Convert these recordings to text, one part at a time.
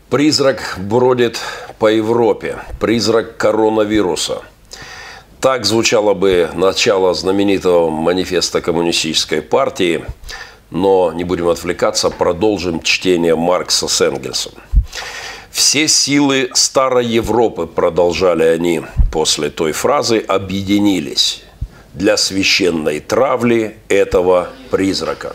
Призрак бродит по Европе. Призрак коронавируса. Так звучало бы начало знаменитого манифеста Коммунистической партии. Но не будем отвлекаться, продолжим чтение Маркса с Энгельсом. Все силы старой Европы, продолжали они после той фразы, объединились для священной травли этого призрака.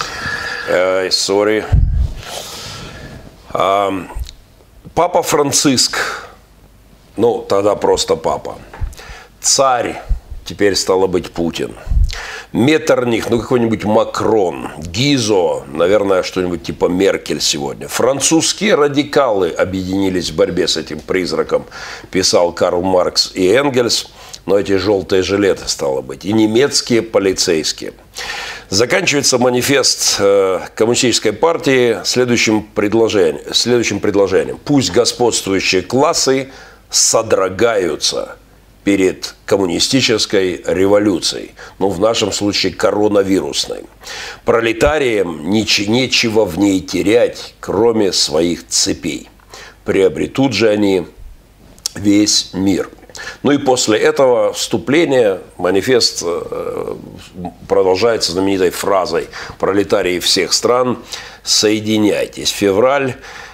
Папа Франциск, тогда просто папа, царь, теперь стало быть Путин, Меттерних, какой-нибудь Макрон, Гизо, наверное, что-нибудь типа Меркель сегодня. Французские радикалы объединились в борьбе с этим призраком, писал Карл Маркс и Энгельс, но эти желтые жилеты, стало быть, и немецкие полицейские. Заканчивается манифест Коммунистической партии следующим предложением. Пусть господствующие классы содрогаются перед коммунистической революцией, в нашем случае коронавирусной. Пролетариям нечего в ней терять, кроме своих цепей. Приобретут же они весь мир. И после этого вступления манифест продолжается знаменитой фразой «Пролетарии всех стран, соединяйтесь». Февраль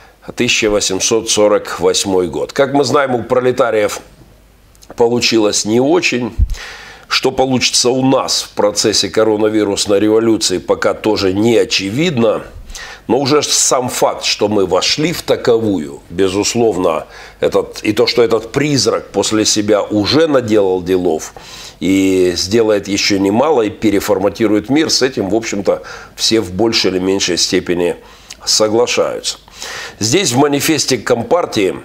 1848 год. Как мы знаем, у пролетариев получилось не очень. Что получится у нас в процессе коронавирусной революции, пока тоже не очевидно. Но уже сам факт, что мы вошли в таковую, безусловно, что этот призрак после себя уже наделал делов и сделает еще немало и переформатирует мир, с этим, в общем-то, все в большей или меньшей степени соглашаются. Здесь в манифесте Компартии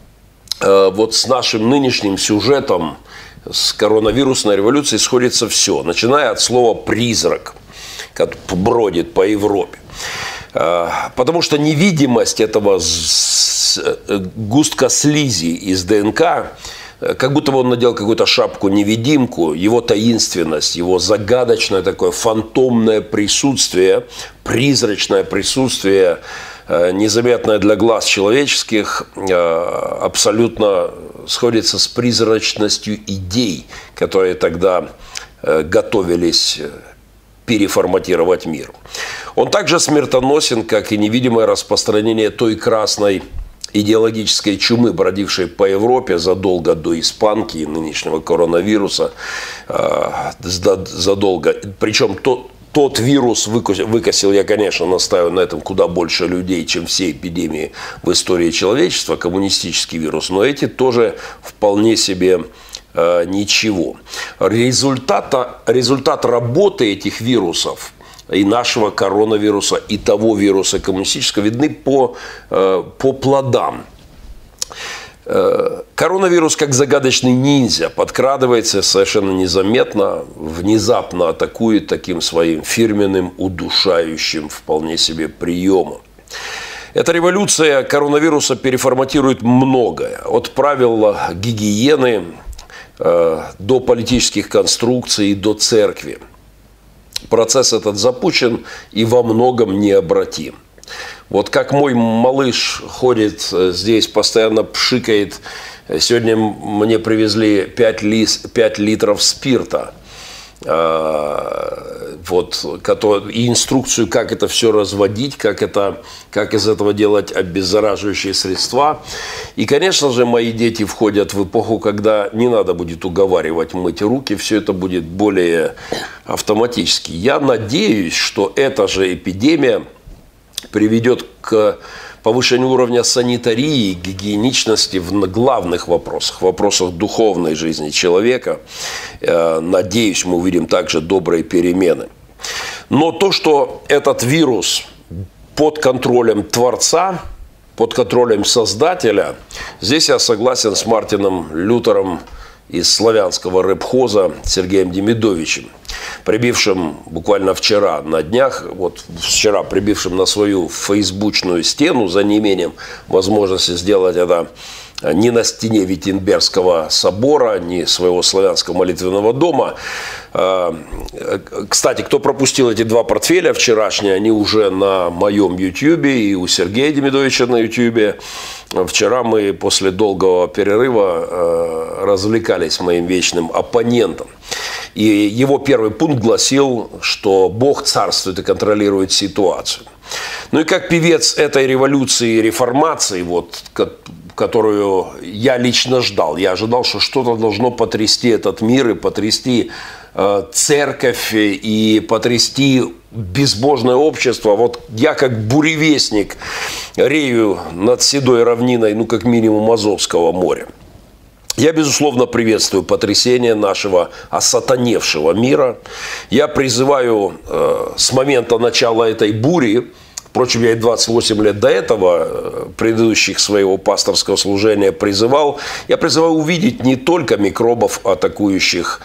с нашим нынешним сюжетом с коронавирусной революцией сходится все, начиная от слова «призрак», который бродит по Европе. Потому что невидимость этого густка слизи из ДНК, как будто бы он надел какую-то шапку-невидимку, его таинственность, его загадочное такое фантомное присутствие, призрачное присутствие, незаметное для глаз человеческих, абсолютно сходится с призрачностью идей, которые тогда готовились переформатировать мир. Он также смертоносен, как и невидимое распространение той красной идеологической чумы, бродившей по Европе задолго до испанки и нынешнего коронавируса. Задолго. Причем тот вирус выкосил, я, конечно, настаиваю на этом, куда больше людей, чем все эпидемии в истории человечества, коммунистический вирус, но эти тоже вполне себе ничего. Результат работы этих вирусов и нашего коронавируса, и того вируса коммунистического видны по плодам. Коронавирус, как загадочный ниндзя, подкрадывается совершенно незаметно, внезапно атакует таким своим фирменным, удушающим вполне себе приемом. Эта революция коронавируса переформатирует многое. От правил гигиены до политических конструкций, до церкви. Процесс этот запущен и во многом необратим. Как мой малыш ходит здесь, постоянно пшикает. Сегодня мне привезли 5 литров спирта. И инструкцию, как это все разводить, как из этого делать обеззараживающие средства. И, конечно же, мои дети входят в эпоху, когда не надо будет уговаривать мыть руки, все это будет более автоматически. Я надеюсь, что эта же эпидемия приведет к повышению уровня санитарии, гигиеничности в главных вопросах духовной жизни человека. Надеюсь, мы увидим также добрые перемены. Но то, что этот вирус под контролем Творца, под контролем Создателя, здесь я согласен с Мартином Лютером из славянского рэп-хоза Сергеем Демидовичем, прибившим буквально вчера на днях, вчера прибившим на свою фейсбучную стену, за неимением возможности сделать это ни на стене Виттенбергского собора, ни своего славянского молитвенного дома. Кстати, кто пропустил эти два портфеля вчерашние, они уже на моем ютубе и у Сергея Демидовича на ютубе. Вчера мы после долгого перерыва развлекались моим вечным оппонентом. И его первый пункт гласил, что Бог царствует и контролирует ситуацию. Ну и как певец этой революции и реформации, вот, которую я лично ждал, я ожидал, что что-то должно потрясти этот мир и потрясти церковь и потрясти безбожное общество. Вот я как буревестник рею над седой равниной, ну как минимум Азовского моря. Я, безусловно, приветствую потрясение нашего осатаневшего мира. Я призываю с момента начала этой бури, впрочем, я и 28 лет до этого, предыдущих своего пасторского служения призывал, я призываю увидеть не только микробов, атакующих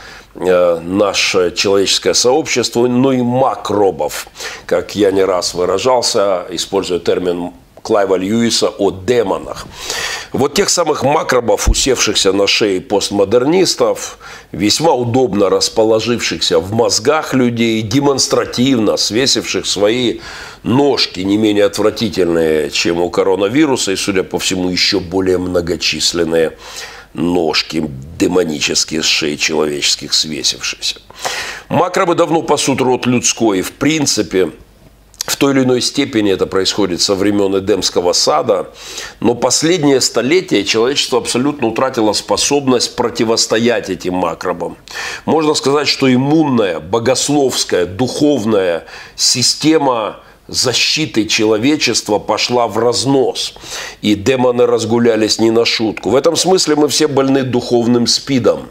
наше человеческое сообщество, но и макробов, как я не раз выражался, используя термин Клайва Льюиса о демонах. Вот тех самых макробов, усевшихся на шее постмодернистов, весьма удобно расположившихся в мозгах людей, демонстративно свесивших свои ножки, не менее отвратительные, чем у коронавируса, и, судя по всему, еще более многочисленные ножки демонические с шеи человеческих свесившиеся. Макробы давно пасут род людской, и в принципе в той или иной степени это происходит со времен Эдемского сада, но последнее столетие человечество абсолютно утратило способность противостоять этим макробам. Можно сказать, что иммунная, богословская, духовная система защиты человечества пошла в разнос, и демоны разгулялись не на шутку. В этом смысле мы все больны духовным СПИДом,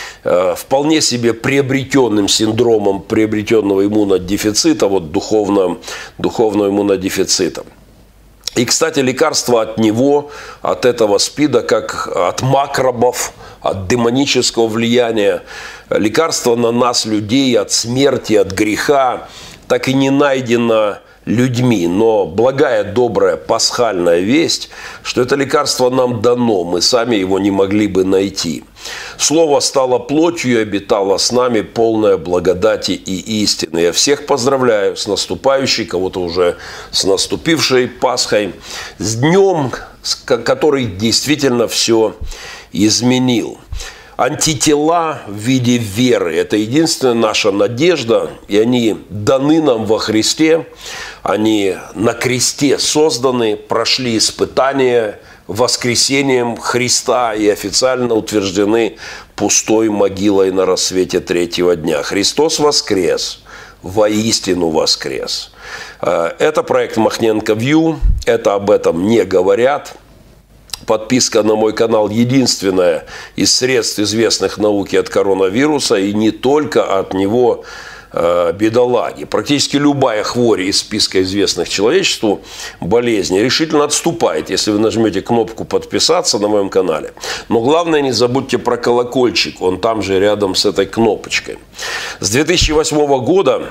вполне себе приобретенным синдромом приобретенного иммунодефицита, вот духовного иммунодефицита. И, кстати, лекарство от него, от этого СПИДа, как от макробов, от демонического влияния, лекарство на нас, людей, от смерти, от греха, так и не найдено людьми. Но благая, добрая, пасхальная весть, что это лекарство нам дано, мы сами его не могли бы найти. Слово стало плотью и обитало с нами, полное благодати и истины. Я всех поздравляю с наступающей, кого-то уже с наступившей Пасхой, с днем, который действительно все изменил. Антитела в виде веры – это единственная наша надежда, и они даны нам во Христе, они на кресте созданы, прошли испытания воскресением Христа и официально утверждены пустой могилой на рассвете третьего дня. Христос воскрес, воистину воскрес. Это проект Махненко View, это об этом не говорят. Подписка на мой канал единственная из средств, известных науке от коронавируса, и не только от него, бедолаги. Практически любая хворь из списка известных человечеству болезней решительно отступает, если вы нажмете кнопку «Подписаться» на моем канале. Но главное, не забудьте про колокольчик, он там же рядом с этой кнопочкой. С 2008 года,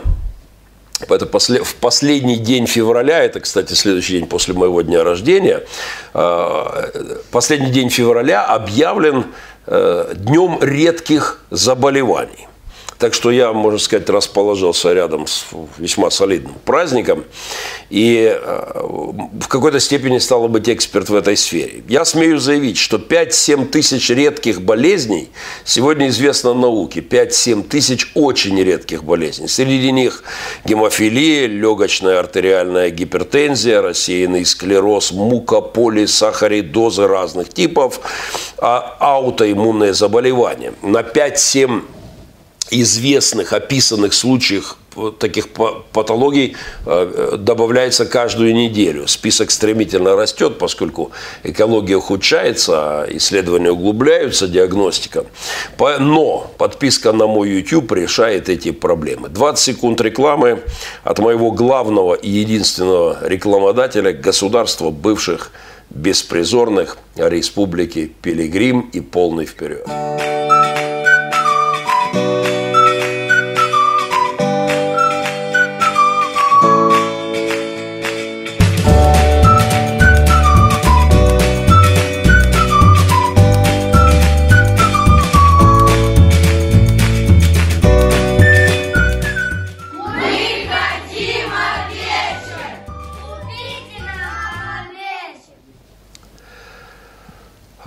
это в последний день февраля, это, кстати, следующий день после моего дня рождения, последний день февраля объявлен днем редких заболеваний. Так что я, можно сказать, расположился рядом с весьма солидным праздником и в какой-то степени, стало быть, эксперт в этой сфере. Я смею заявить, что 5-7 тысяч редких болезней сегодня известно науке. 5-7 тысяч очень редких болезней. Среди них гемофилия, легочная артериальная гипертензия, рассеянный склероз, мукополисахаридозы разных типов, аутоиммунные заболевания. На 5-7 известных, описанных случаев таких патологий добавляется каждую неделю. Список стремительно растет, поскольку экология ухудшается, а исследования углубляются, диагностика. Но подписка на мой YouTube решает эти проблемы. 20 секунд рекламы от моего главного и единственного рекламодателя государства бывших беспризорных республики Пилигрим и полный вперед.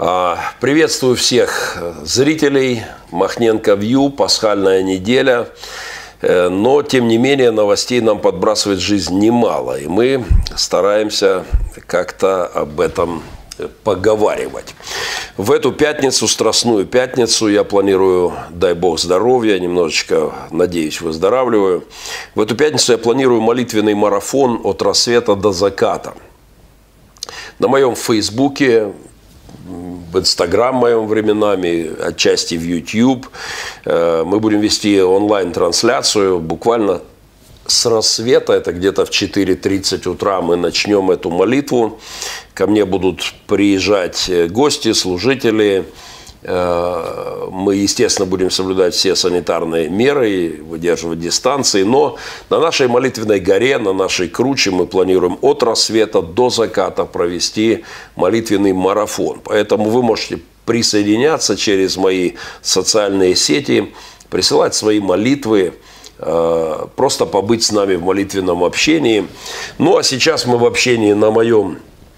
Приветствую всех зрителей. Махненко Вью, пасхальная неделя. Но, тем не менее, новостей нам подбрасывает жизнь немало. И мы стараемся как-то об этом поговаривать. В эту пятницу, Страстную пятницу, я планирую, дай Бог здоровья, немножечко, надеюсь, выздоравливаю. В эту пятницу я планирую молитвенный марафон от рассвета до заката. На моем Фейсбуке, в Инстаграм моем временами, отчасти в YouTube. Мы будем вести онлайн-трансляцию буквально с рассвета, это где-то в 4:30 утра мы начнем эту молитву. Ко мне будут приезжать гости, служители. Мы, естественно, будем соблюдать все санитарные меры, выдерживать дистанции. Но на нашей молитвенной горе, на нашей круче мы планируем от рассвета до заката провести молитвенный марафон. Поэтому вы можете присоединяться через мои социальные сети, присылать свои молитвы, просто побыть с нами в молитвенном общении. Ну, а сейчас мы в общении на моем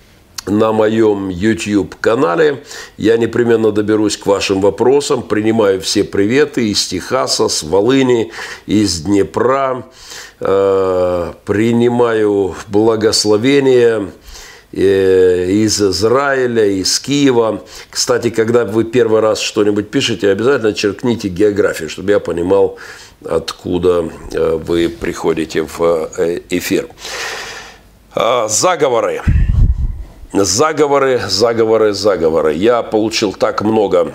YouTube-канале. Я непременно доберусь к вашим вопросам. Принимаю все приветы из Техаса, с Волыни, из Днепра. Принимаю благословения из Израиля, из Киева. Кстати, когда вы первый раз что-нибудь пишете, обязательно черкните географию, чтобы я понимал, откуда вы приходите в эфир. Заговоры. Заговоры. Я получил так много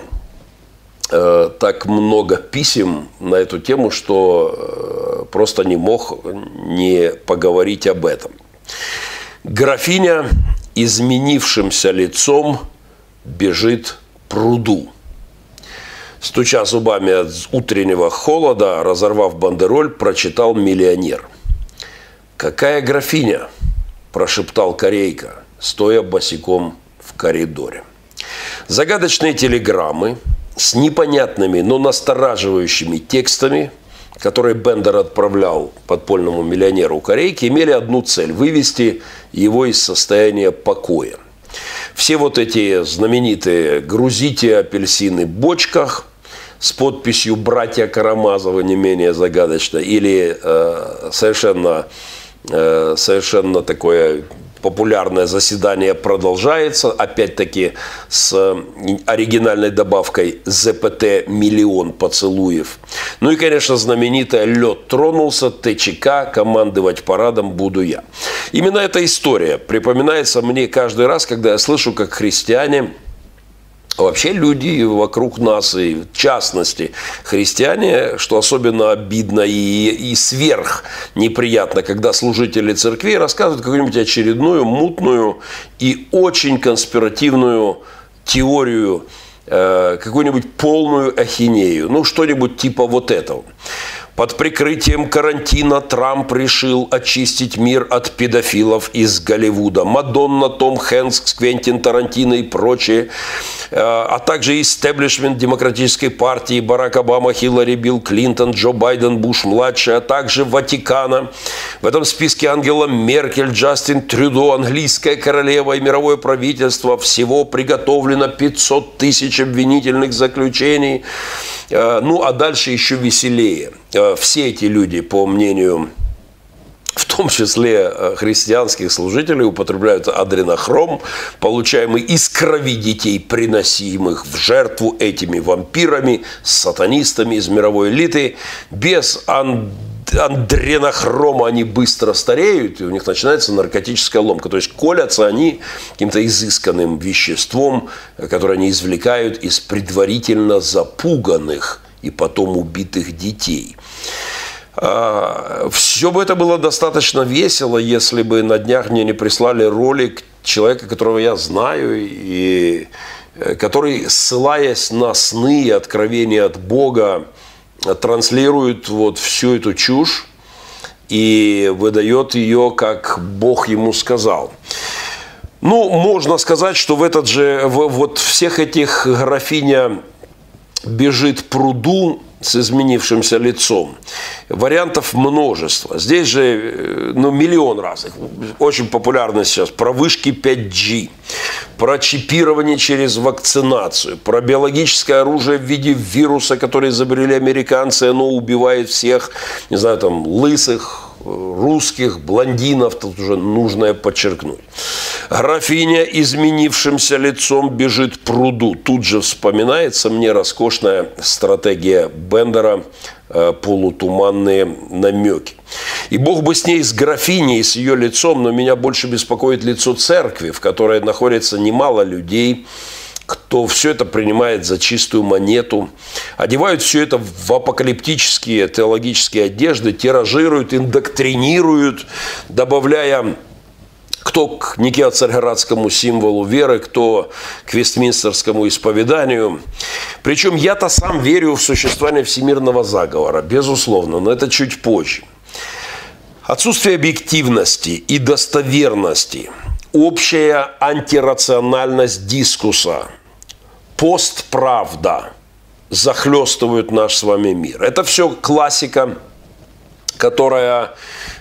писем на эту тему, что просто не мог не поговорить об этом. Графиня изменившимся лицом бежит пруду. Стуча зубами от утреннего холода, разорвав бандероль, прочитал миллионер. «Какая графиня?» – прошептал Корейка, стоя босиком в коридоре. Загадочные телеграммы с непонятными, но настораживающими текстами, которые Бендер отправлял подпольному миллионеру Корейке, имели одну цель – вывести его из состояния покоя. Все вот эти знаменитые «грузите апельсины в бочках» с подписью «Братья Карамазовы», не менее загадочно, или совершенно такое популярное «Заседание продолжается», опять-таки с оригинальной добавкой «ЗПТ миллион поцелуев». Ну и, конечно, знаменитая «Лед тронулся, ТЧК, командовать парадом буду я». Именно эта история припоминается мне каждый раз, когда я слышу, как христиане, вообще люди вокруг нас, и в частности христиане, что особенно обидно и сверх неприятно, когда служители церкви рассказывают какую-нибудь очередную мутную и очень конспиративную теорию, какую-нибудь полную ахинею, ну что-нибудь типа вот этого. Под прикрытием карантина Трамп решил очистить мир от педофилов из Голливуда. Мадонна, Том Хэнкс, Квентин Тарантино и прочие. А также истеблишмент Демократической партии, Барак Обама, Хиллари, Билл Клинтон, Джо Байден, Буш-младший, а также Ватикана. В этом списке Ангела Меркель, Джастин Трюдо, английская королева и мировое правительство. Всего приготовлено 500 тысяч обвинительных заключений. Ну, а дальше еще веселее. Все эти люди, по мнению, в том числе христианских служителей, употребляют адренохром, получаемый из крови детей, приносимых в жертву этими вампирами, сатанистами из мировой элиты. Без адренохрома они быстро стареют, и у них начинается наркотическая ломка. То есть колятся они каким-то изысканным веществом, которое они извлекают из предварительно запуганных и потом убитых детей. Все бы это было достаточно весело, если бы на днях мне не прислали ролик человека, которого я знаю, и который, ссылаясь на сны и откровения от Бога, транслирует вот всю эту чушь и выдает ее, как Бог ему сказал. Ну, можно сказать, что в этот же, вот всех этих графиня бежит пруду с изменившимся лицом. Вариантов множество. Здесь же миллион разных. Очень популярно сейчас про вышки 5G, про чипирование через вакцинацию, про биологическое оружие в виде вируса, который изобрели американцы, оно убивает всех, не знаю, там, лысых, русских, блондинов, тут уже нужно подчеркнуть. Графиня изменившимся лицом бежит к пруду. Тут же вспоминается мне роскошная стратегия Бендера, полутуманные намеки. И Бог бы с ней, с графиней, с ее лицом, но меня больше беспокоит лицо церкви, в которой находится немало людей, кто все это принимает за чистую монету, одевают все это в апокалиптические теологические одежды, тиражируют, индоктринируют, добавляя кто к Никео-Царьградскому символу веры, кто к Вестминстерскому исповеданию. Причем я-то сам верю в существование всемирного заговора, безусловно, но это чуть позже. Отсутствие объективности и достоверности, общая антирациональность дискурса, постправда захлестывают наш с вами мир. Это все классика, которая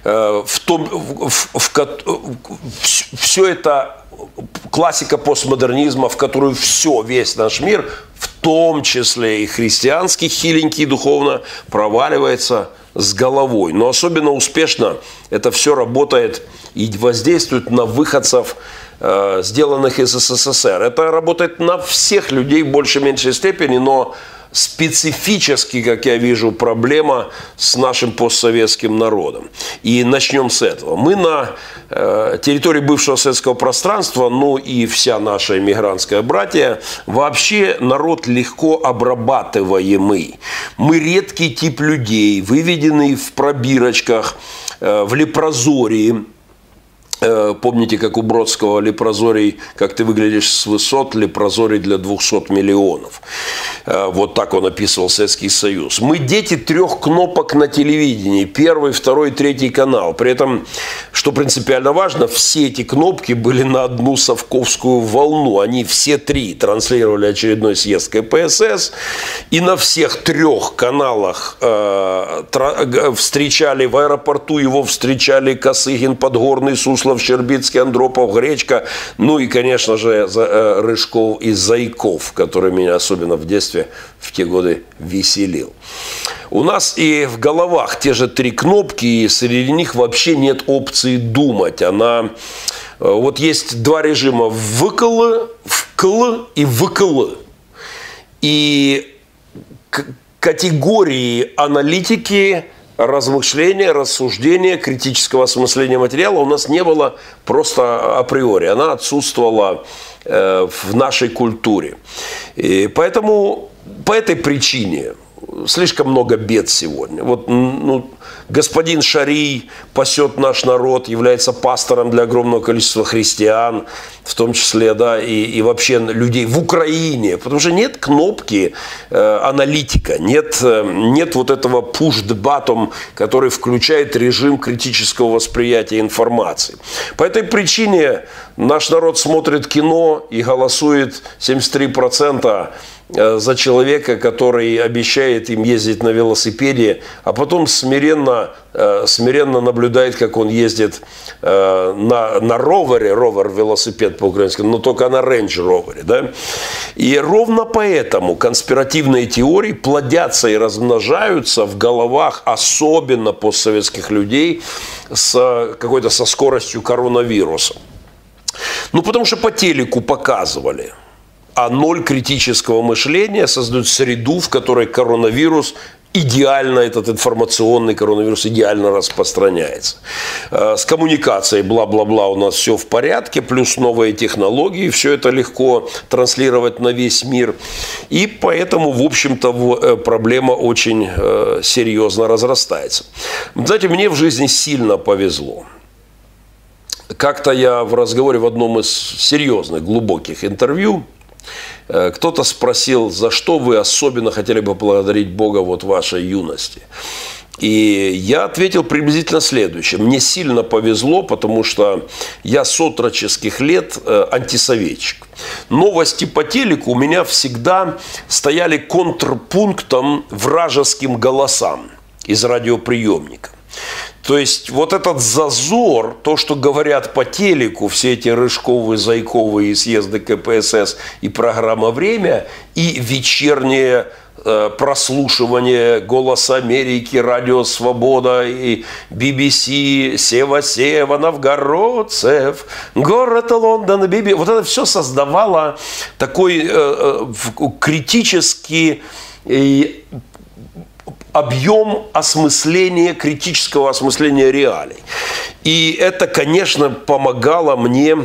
все это классика постмодернизма, в которую весь наш мир, в том числе и христианский, хиленький духовно, проваливается с головой. Но особенно успешно это все работает и воздействует на выходцев, сделанных из СССР. Это работает на всех людей в большей-меньшей степени, но специфически, как я вижу, проблема с нашим постсоветским народом. И начнем с этого. Мы на территории бывшего советского пространства, ну и вся наша иммигрантская братья, вообще народ легко обрабатываемый. Мы редкий тип людей, выведенный в пробирочках, в лепрозории. Помните, как у Бродского лепрозорий, как ты выглядишь с высот, лепрозорий для 200 миллионов. Вот так он описывал Советский Союз. Мы дети 3 кнопок на телевидении. 1, 2, 3 канал. При этом, что принципиально важно, все эти кнопки были на одну совковскую волну. Они все 3 транслировали очередной съезд КПСС. И на всех 3 каналах встречали в аэропорту, его встречали Косыгин, Подгорный, Суслов, Щербицкий, Андропов, Гречка, ну и, конечно же, Рыжков и Зайков, который меня особенно в детстве в те годы веселил. У нас и в головах те же 3 кнопки, и среди них вообще нет опции думать. Вот есть 2 режима: ВКЛ, ВКЛ и ВКЛ. И категории аналитики, размышления, рассуждения, критического осмысления материала у нас не было просто априори. Она отсутствовала в нашей культуре. И поэтому по этой причине слишком много бед сегодня. Вот, господин Шарий пасет наш народ, является пастором для огромного количества христиан, в том числе, да, и вообще людей в Украине, потому что нет кнопки аналитика, нет вот этого push-button, который включает режим критического восприятия информации. По этой причине наш народ смотрит кино и голосует 73% за человека, который обещает им ездить на велосипеде, а потом смиренно наблюдает, как он ездит на ровере, ровер-велосипед по-украински, но только на рейндж-ровере. Да? И ровно поэтому конспиративные теории плодятся и размножаются в головах, особенно постсоветских людей, со скоростью коронавируса. Потому что по телеку показывали. А 0 критического мышления создают среду, в которой коронавирус идеально, этот информационный коронавирус идеально распространяется. С коммуникацией бла-бла-бла у нас все в порядке, плюс новые технологии, все это легко транслировать на весь мир. И поэтому, в общем-то, проблема очень серьезно разрастается. Знаете, мне в жизни сильно повезло. Как-то я в разговоре в одном из серьезных, глубоких интервью, кто-то спросил, за что вы особенно хотели бы поблагодарить Бога в вашей юности. И я ответил приблизительно следующее. Мне сильно повезло, потому что я с отроческих лет антисоветчик. Новости по телеку у меня всегда стояли контрпунктом вражеским голосам из радиоприемника. То есть вот этот зазор, то, что говорят по телеку, все эти Рыжковые, Зайковые съезды КПСС и программа «Время», и вечернее прослушивание «Голос Америки», «Радио Свобода» и BBC, «Сева-Сева», «Новгородцев», город Лондон, BBC. Вот это все создавало такой критический объем осмысления, критического осмысления реалий. И это, конечно, помогало мне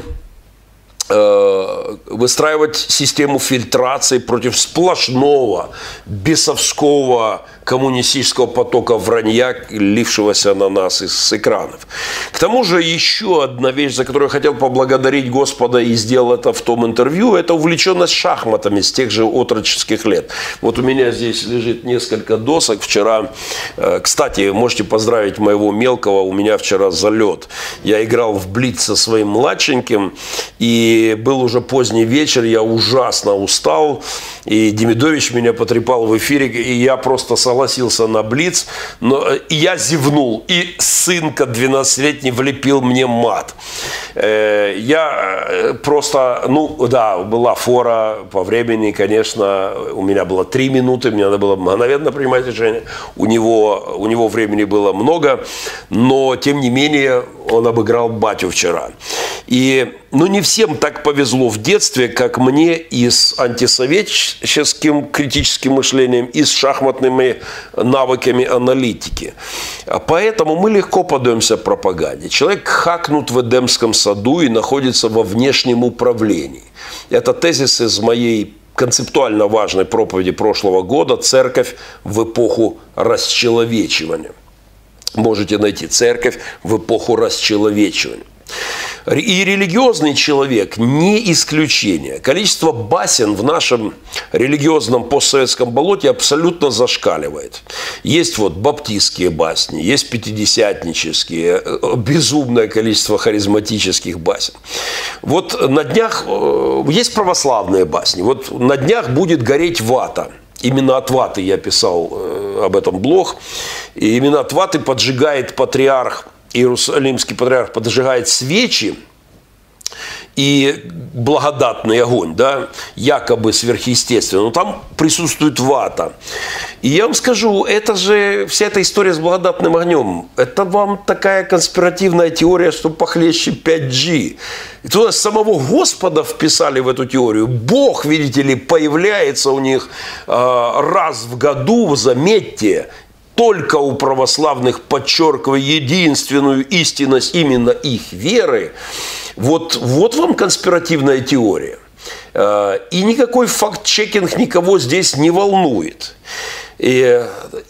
выстраивать систему фильтрации против сплошного бесовского коммунистического потока вранья, лившегося на нас с экранов. К тому же еще одна вещь, за которую я хотел поблагодарить Господа и сделал это в том интервью, это увлеченность шахматами с тех же отроческих лет. Вот у меня здесь лежит несколько досок. Вчера, кстати, можете поздравить моего мелкого, у меня вчера залет. Я играл в блиц со своим младшеньким, и был уже поздний вечер, я ужасно устал, и Демидович меня потрепал в эфире, и я просто согласился на блиц, и я зевнул, и сынка 12-летний влепил мне мат. Я просто, была фора по времени, конечно, у меня было 3 минуты, мне надо было мгновенно принимать решение, у него времени было много, но тем не менее он обыграл батю вчера. И, не всем так повезло в детстве, как мне, и с антисоветческим критическим мышлением, и с шахматными навыками аналитики. Поэтому мы легко поддаемся пропаганде. Человек хакнут в Эдемском саду и находится во внешнем управлении. Это тезис из моей концептуально важной проповеди прошлого года «Церковь в эпоху расчеловечивания». Можете найти «Церковь в эпоху расчеловечивания». И религиозный человек не исключение. Количество басен в нашем религиозном постсоветском болоте абсолютно зашкаливает. Есть баптистские басни, есть пятидесятнические, безумное количество харизматических басен. На днях есть православные басни. На днях будет гореть вата. Именно от ваты я писал об этом блог. И именно от ваты поджигает патриарх, Иерусалимский патриарх поджигает свечи, и благодатный огонь, якобы сверхъестественно, но там присутствует вата. И я вам скажу, вся эта история с благодатным огнем, это вам такая конспиративная теория, что похлеще 5G. И туда самого Господа вписали в эту теорию. Бог, видите ли, появляется у них раз в году, заметьте, только у православных, подчеркивая единственную истинность именно их веры. Вот вам конспиративная теория. И никакой факт-чекинг никого здесь не волнует. И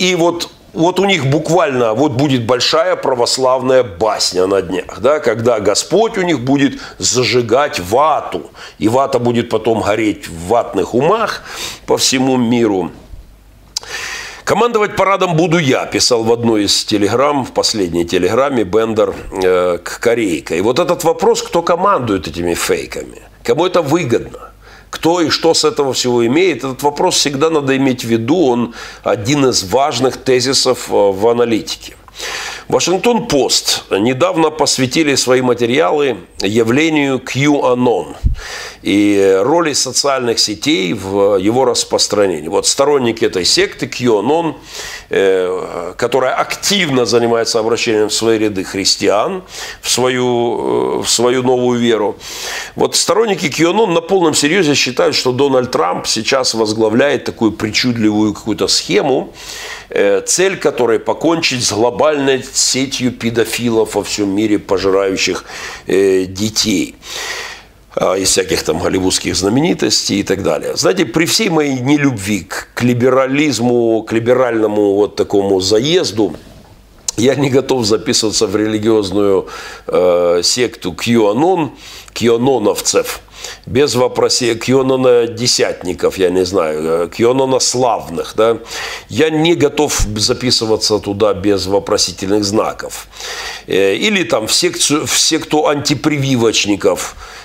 у них буквально будет большая православная басня на днях, когда Господь у них будет зажигать вату. И вата будет потом гореть в ватных умах по всему миру. «Командовать парадом буду я», писал в одной из телеграмм, в последней телеграмме Бендер к Корейко. И этот вопрос, кто командует этими фейками, кому это выгодно, кто и что с этого всего имеет, этот вопрос всегда надо иметь в виду, он один из важных тезисов в аналитике. Вашингтон-Пост недавно посвятили свои материалы явлению QAnon и роли социальных сетей в его распространении. Сторонники этой секты QAnon, которая активно занимается обращением в свои ряды христиан, в свою новую веру. Сторонники QAnon на полном серьезе считают, что Дональд Трамп сейчас возглавляет такую причудливую какую-то схему, цель которой покончить с глобальной сетью педофилов во всем мире, пожирающих детей. Из всяких там голливудских знаменитостей и так далее. Знаете, при всей моей нелюбви к либерализму, к либеральному такому заезду, я не готов записываться в религиозную секту QAnon, QAnoновцев. Без вопросов, QAnon-десятников, я не знаю, QAnon-славных, я не готов записываться туда без вопросительных знаков. Или в секту антипрививочников,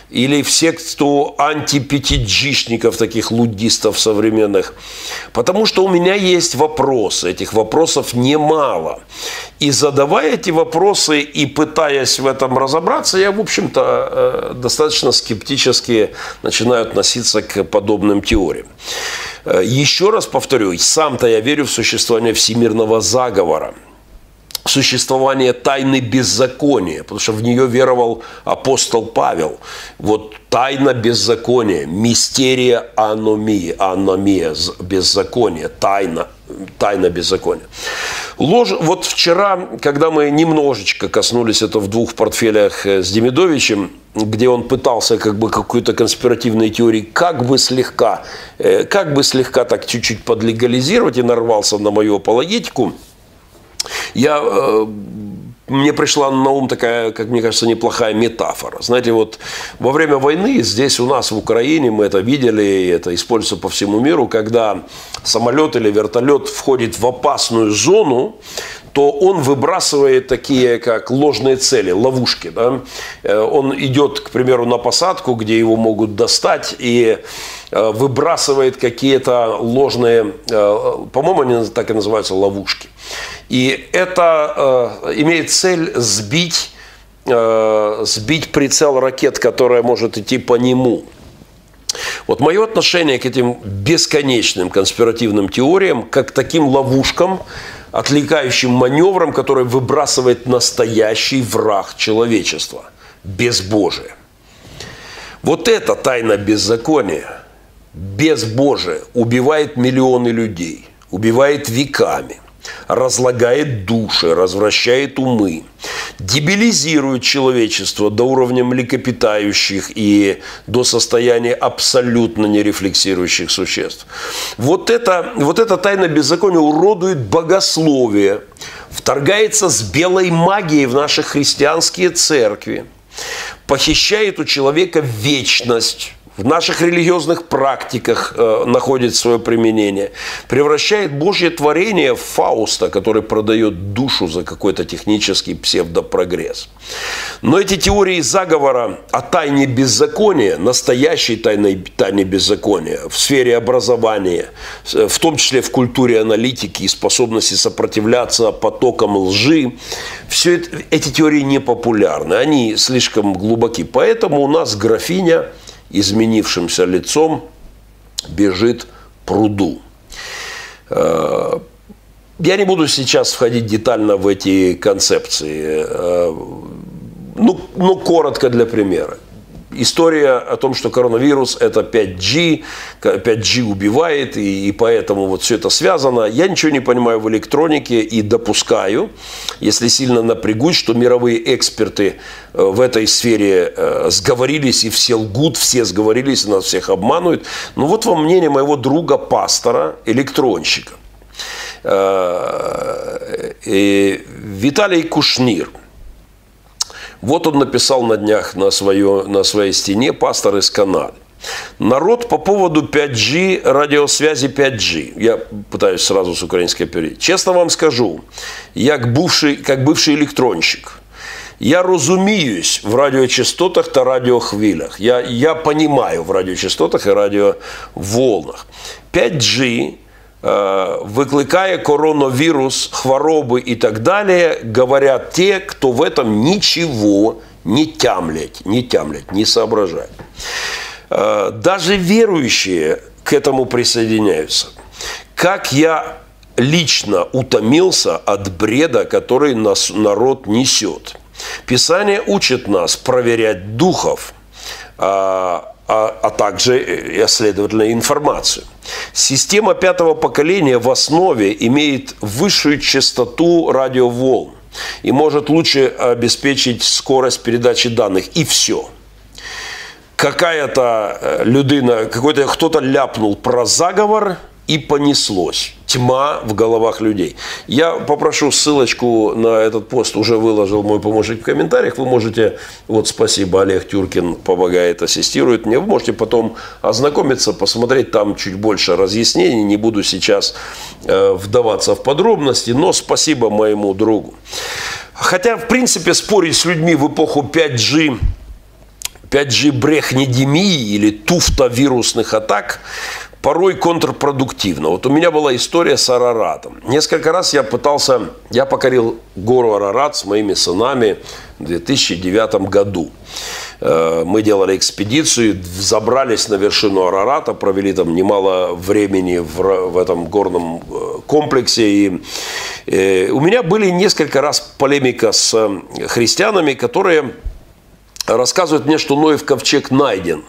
или в секту анти-5G-шников, таких луддистов современных. Потому что у меня есть вопросы, этих вопросов немало. И задавая эти вопросы и пытаясь в этом разобраться, я, в общем-то, достаточно скептически начинаю относиться к подобным теориям. Еще раз повторю, сам-то я верю в существование всемирного заговора, существование тайны беззакония, потому что в нее веровал апостол Павел. Вот тайна беззакония, мистерия аномия, беззаконие, тайна беззакония. Вот вчера, когда мы немножечко коснулись этого в двух портфелях с Демидовичем, где он пытался как бы какой-то конспиративной теории как бы слегка так чуть-чуть подлегализировать и нарвался на мою апологетику, мне пришла на ум такая, как мне кажется, неплохая метафора. Знаете, вот во время войны здесь у нас в Украине, мы это видели, и это используется по всему миру, когда самолет или вертолет входит в опасную зону, то он выбрасывает такие, как ложные цели, ловушки. Да? Он идет, к примеру, на посадку, где его могут достать, и выбрасывает какие-то ложные, по-моему, они так и называются, ловушки. И это имеет цель сбить прицел ракет, которая может идти по нему. Вот мое отношение к этим бесконечным конспиративным теориям, как к таким ловушкам, отвлекающим маневрам, которые выбрасывает настоящий враг человечества – безбожие. Вот это тайна беззакония, безбожие, убивает миллионы людей, убивает веками, разлагает души, развращает умы, дебилизирует человечество до уровня млекопитающих и до состояния абсолютно нерефлексирующих существ. Вот эта тайна беззакония уродует богословие, вторгается с белой магией в наши христианские церкви, похищает у человека вечность, в наших религиозных практиках находит свое применение, превращает Божье творение в Фауста, который продает душу за какой-то технический псевдопрогресс. Но эти теории заговора о тайне беззакония, настоящей тайне беззакония в сфере образования, в том числе в культуре аналитики и способности сопротивляться потокам лжи, все эти теории не популярны, они слишком глубоки. Поэтому у нас графиня изменившимся лицом бежит к пруду. Я не буду сейчас входить детально в эти концепции. Коротко для примера. История о том, что коронавирус – это 5G, 5G убивает, и поэтому вот все это связано. Я ничего не понимаю в электронике и допускаю, если сильно напрягусь, что мировые эксперты в этой сфере сговорились и все лгут, все сговорились и нас всех обманывают. Но вот вам мнение моего друга-пастора, электронщика. Виталий Кушнир. Вот он написал на днях на своей стене, пастор из Канады. Народ по поводу 5G, радиосвязи 5G. Я пытаюсь сразу с украинской перейти. Честно вам скажу, я как бывший электронщик, я розуміюсь в радіочастотах та радіохвилях. Я понимаю в радіочастотах і радіоволнах. 5G выкликая коронавирус, хвороби и так далее, говорят те, кто в этом ничего не тямлят, не соображают. Даже верующие к этому присоединяются. Как я лично утомился от бреда, который народ несет. Писание учит нас проверять духов, а также, следовательно, информацию. Система 5-го поколения в основе имеет высшую частоту радиоволн и может лучше обеспечить скорость передачи данных. И все. Какая-то людина, кто-то ляпнул про заговор, и понеслось. Тьма в головах людей. Я попрошу ссылочку на этот пост, уже выложил мой помощник в комментариях. Вы можете, вот спасибо, Олег Тюркин помогает, ассистирует мне. Вы можете потом ознакомиться, посмотреть, там чуть больше разъяснений. Не буду сейчас вдаваться в подробности, но спасибо моему другу. Хотя, в принципе, спорить с людьми в эпоху 5G 5G брехнедемии или туфтовирусных атак порой контрпродуктивно. Вот у меня была история с Араратом. Несколько раз я покорил гору Арарат с моими сынами в 2009 году. Мы делали экспедицию, забрались на вершину Арарата, провели там немало времени в этом горном комплексе. И у меня были несколько раз полемика с христианами, которые рассказывают мне, что Ноев ковчег найден.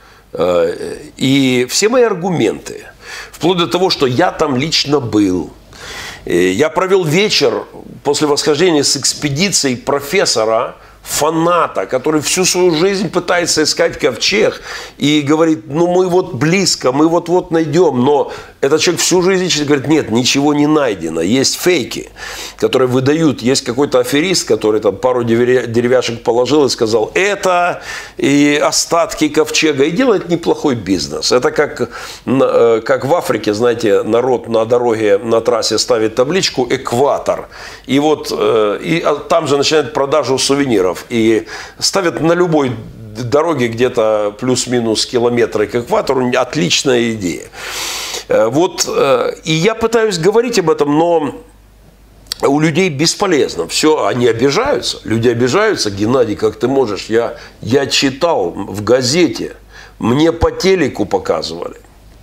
И все мои аргументы, вплоть до того, что я там лично был, я провел вечер после восхождения с экспедицией профессора, фаната, который всю свою жизнь пытается искать ковчег и говорит, ну мы вот близко, мы вот-вот найдем, но этот человек всю жизнь говорит, нет, ничего не найдено, есть фейки, которые выдают, есть какой-то аферист, который там пару деревяшек положил и сказал, это и остатки ковчега, и делает неплохой бизнес. Это как в Африке, знаете, народ на дороге, на трассе ставит табличку «Экватор», и вот и там же начинает продажу сувениров, и ставят на любой дороге где-то плюс-минус километры к экватору. Отличная идея. Вот, и я пытаюсь говорить об этом, но у людей бесполезно. Все, они обижаются. Люди обижаются. Геннадий, как ты можешь? Я читал в газете. Мне по телеку показывали.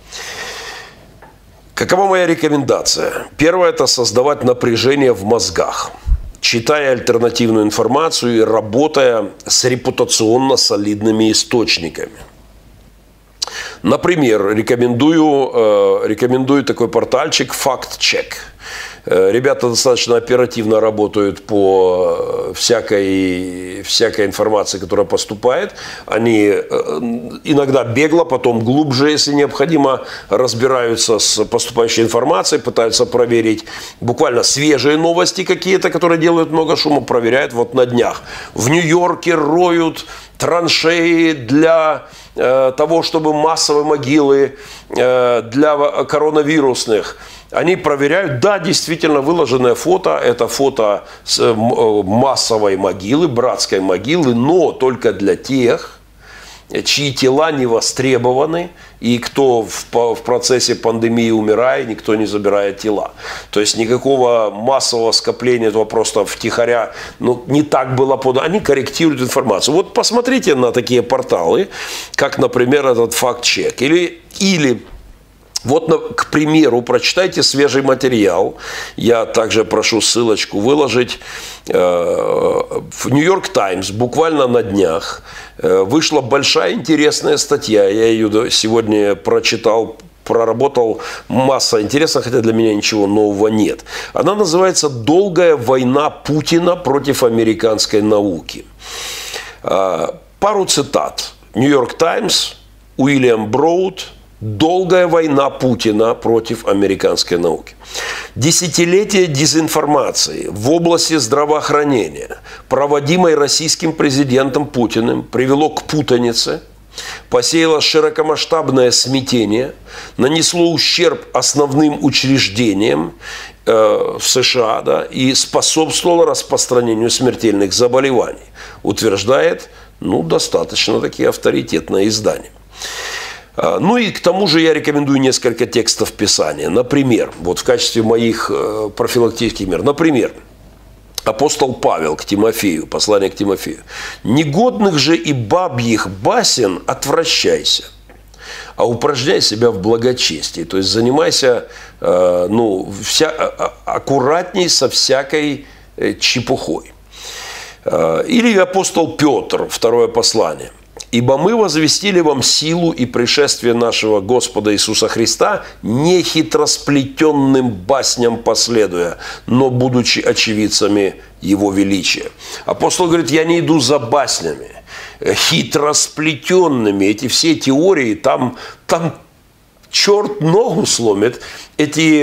Какова моя рекомендация? Первое – это создавать напряжение в мозгах, читая альтернативную информацию и работая с репутационно солидными источниками. Например, рекомендую такой портальчик «Факт-чек». Ребята достаточно оперативно работают по всякой информации, которая поступает. Они иногда бегло, потом глубже, если необходимо, разбираются с поступающей информацией, пытаются проверить буквально свежие новости какие-то, которые делают много шума, проверяют вот на днях. В Нью-Йорке роют траншеи для того, чтобы массовые могилы для коронавирусных. Они проверяют, да, действительно выложенное фото, это фото массовой могилы, братской могилы, но только для тех, чьи тела не востребованы, и кто в процессе пандемии умирает, никто не забирает тела. То есть никакого массового скопления, этого просто втихаря, не так было подано. Они корректируют информацию. Вот посмотрите на такие порталы, как, например, этот «Факт-чек». Или вот, к примеру, прочитайте свежий материал. Я также прошу ссылочку выложить. В «Нью-Йорк Таймс» буквально на днях вышла большая интересная статья. Я ее сегодня прочитал, проработал, масса интереса, хотя для меня ничего нового нет. Она называется «Долгая война Путина против американской науки». Пару цитат. «Нью-Йорк Таймс», Уильям Броуд. «Долгая война Путина против американской науки». Десятилетие дезинформации в области здравоохранения, проводимой российским президентом Путиным, привело к путанице, посеяло широкомасштабное смятение, нанесло ущерб основным учреждениям в США, да, и способствовало распространению смертельных заболеваний, утверждает достаточно таки авторитетное издание. Ну и к тому же я рекомендую несколько текстов Писания. Например, вот в качестве моих профилактических мер. Например, апостол Павел к Тимофею, послание к Тимофею. «Негодных же и бабьих басен отвращайся, а упражняй себя в благочестии». То есть занимайся аккуратней со всякой чепухой. Или апостол Петр, второе послание. «Ибо мы возвестили вам силу и пришествие нашего Господа Иисуса Христа, не хитросплетенным басням последуя, но будучи очевидцами Его величия». Апостол говорит, я не иду за баснями, хитросплетенными. Эти все теории, там черт ногу сломит. Эти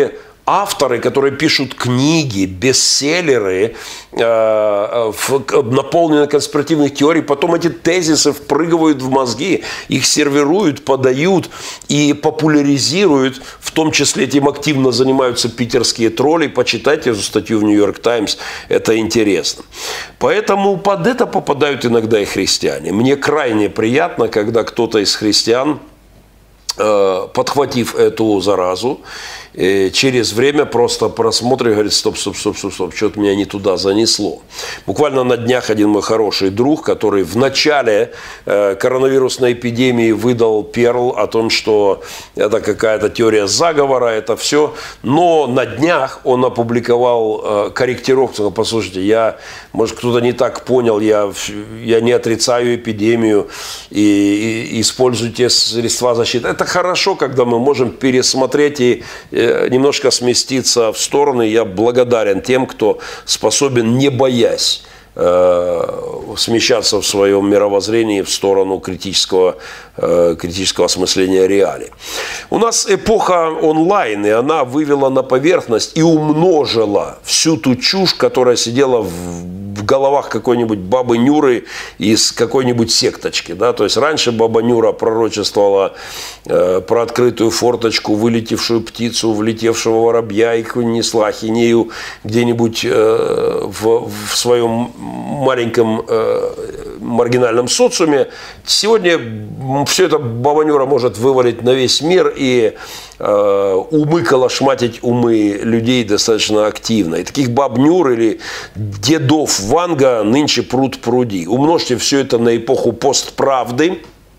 авторы, которые пишут книги, бестселлеры, наполненные конспиративных теорий, потом эти тезисы впрыгивают в мозги, их сервируют, подают и популяризируют, в том числе этим активно занимаются питерские тролли. Почитайте эту статью в Нью-Йорк Таймс, это интересно. Поэтому под это попадают иногда и христиане. Мне крайне приятно, когда кто-то из христиан, подхватив эту заразу, через время просто просмотрит и говорит: стоп, что-то меня не туда занесло. Буквально на днях один мой хороший друг, который в начале коронавирусной эпидемии выдал перл о том, что это какая-то теория заговора, это все, но на днях он опубликовал корректировку. Послушайте, может, кто-то не так понял, я не отрицаю эпидемию, и используйте средства защиты. Это хорошо, когда мы можем пересмотреть и немножко сместиться в стороны. Я благодарен тем, кто способен, не боясь, смещаться в своем мировоззрении в сторону критического осмысления реалий. У нас эпоха онлайн, и она вывела на поверхность и умножила всю ту чушь, которая сидела в головах какой-нибудь бабы Нюры из какой-нибудь секточки. Да? То есть раньше баба Нюра пророчествовала про открытую форточку, вылетевшую птицу, влетевшего воробья, и несла ахинею где-нибудь в своем маленьком маргинальном социуме. Сегодня все это баба Нюра может вывалить на весь мир и калашматить умы людей достаточно активно. И таких баб Нюр или дедов Ванга нынче пруд пруди. Умножьте все это на эпоху постправды,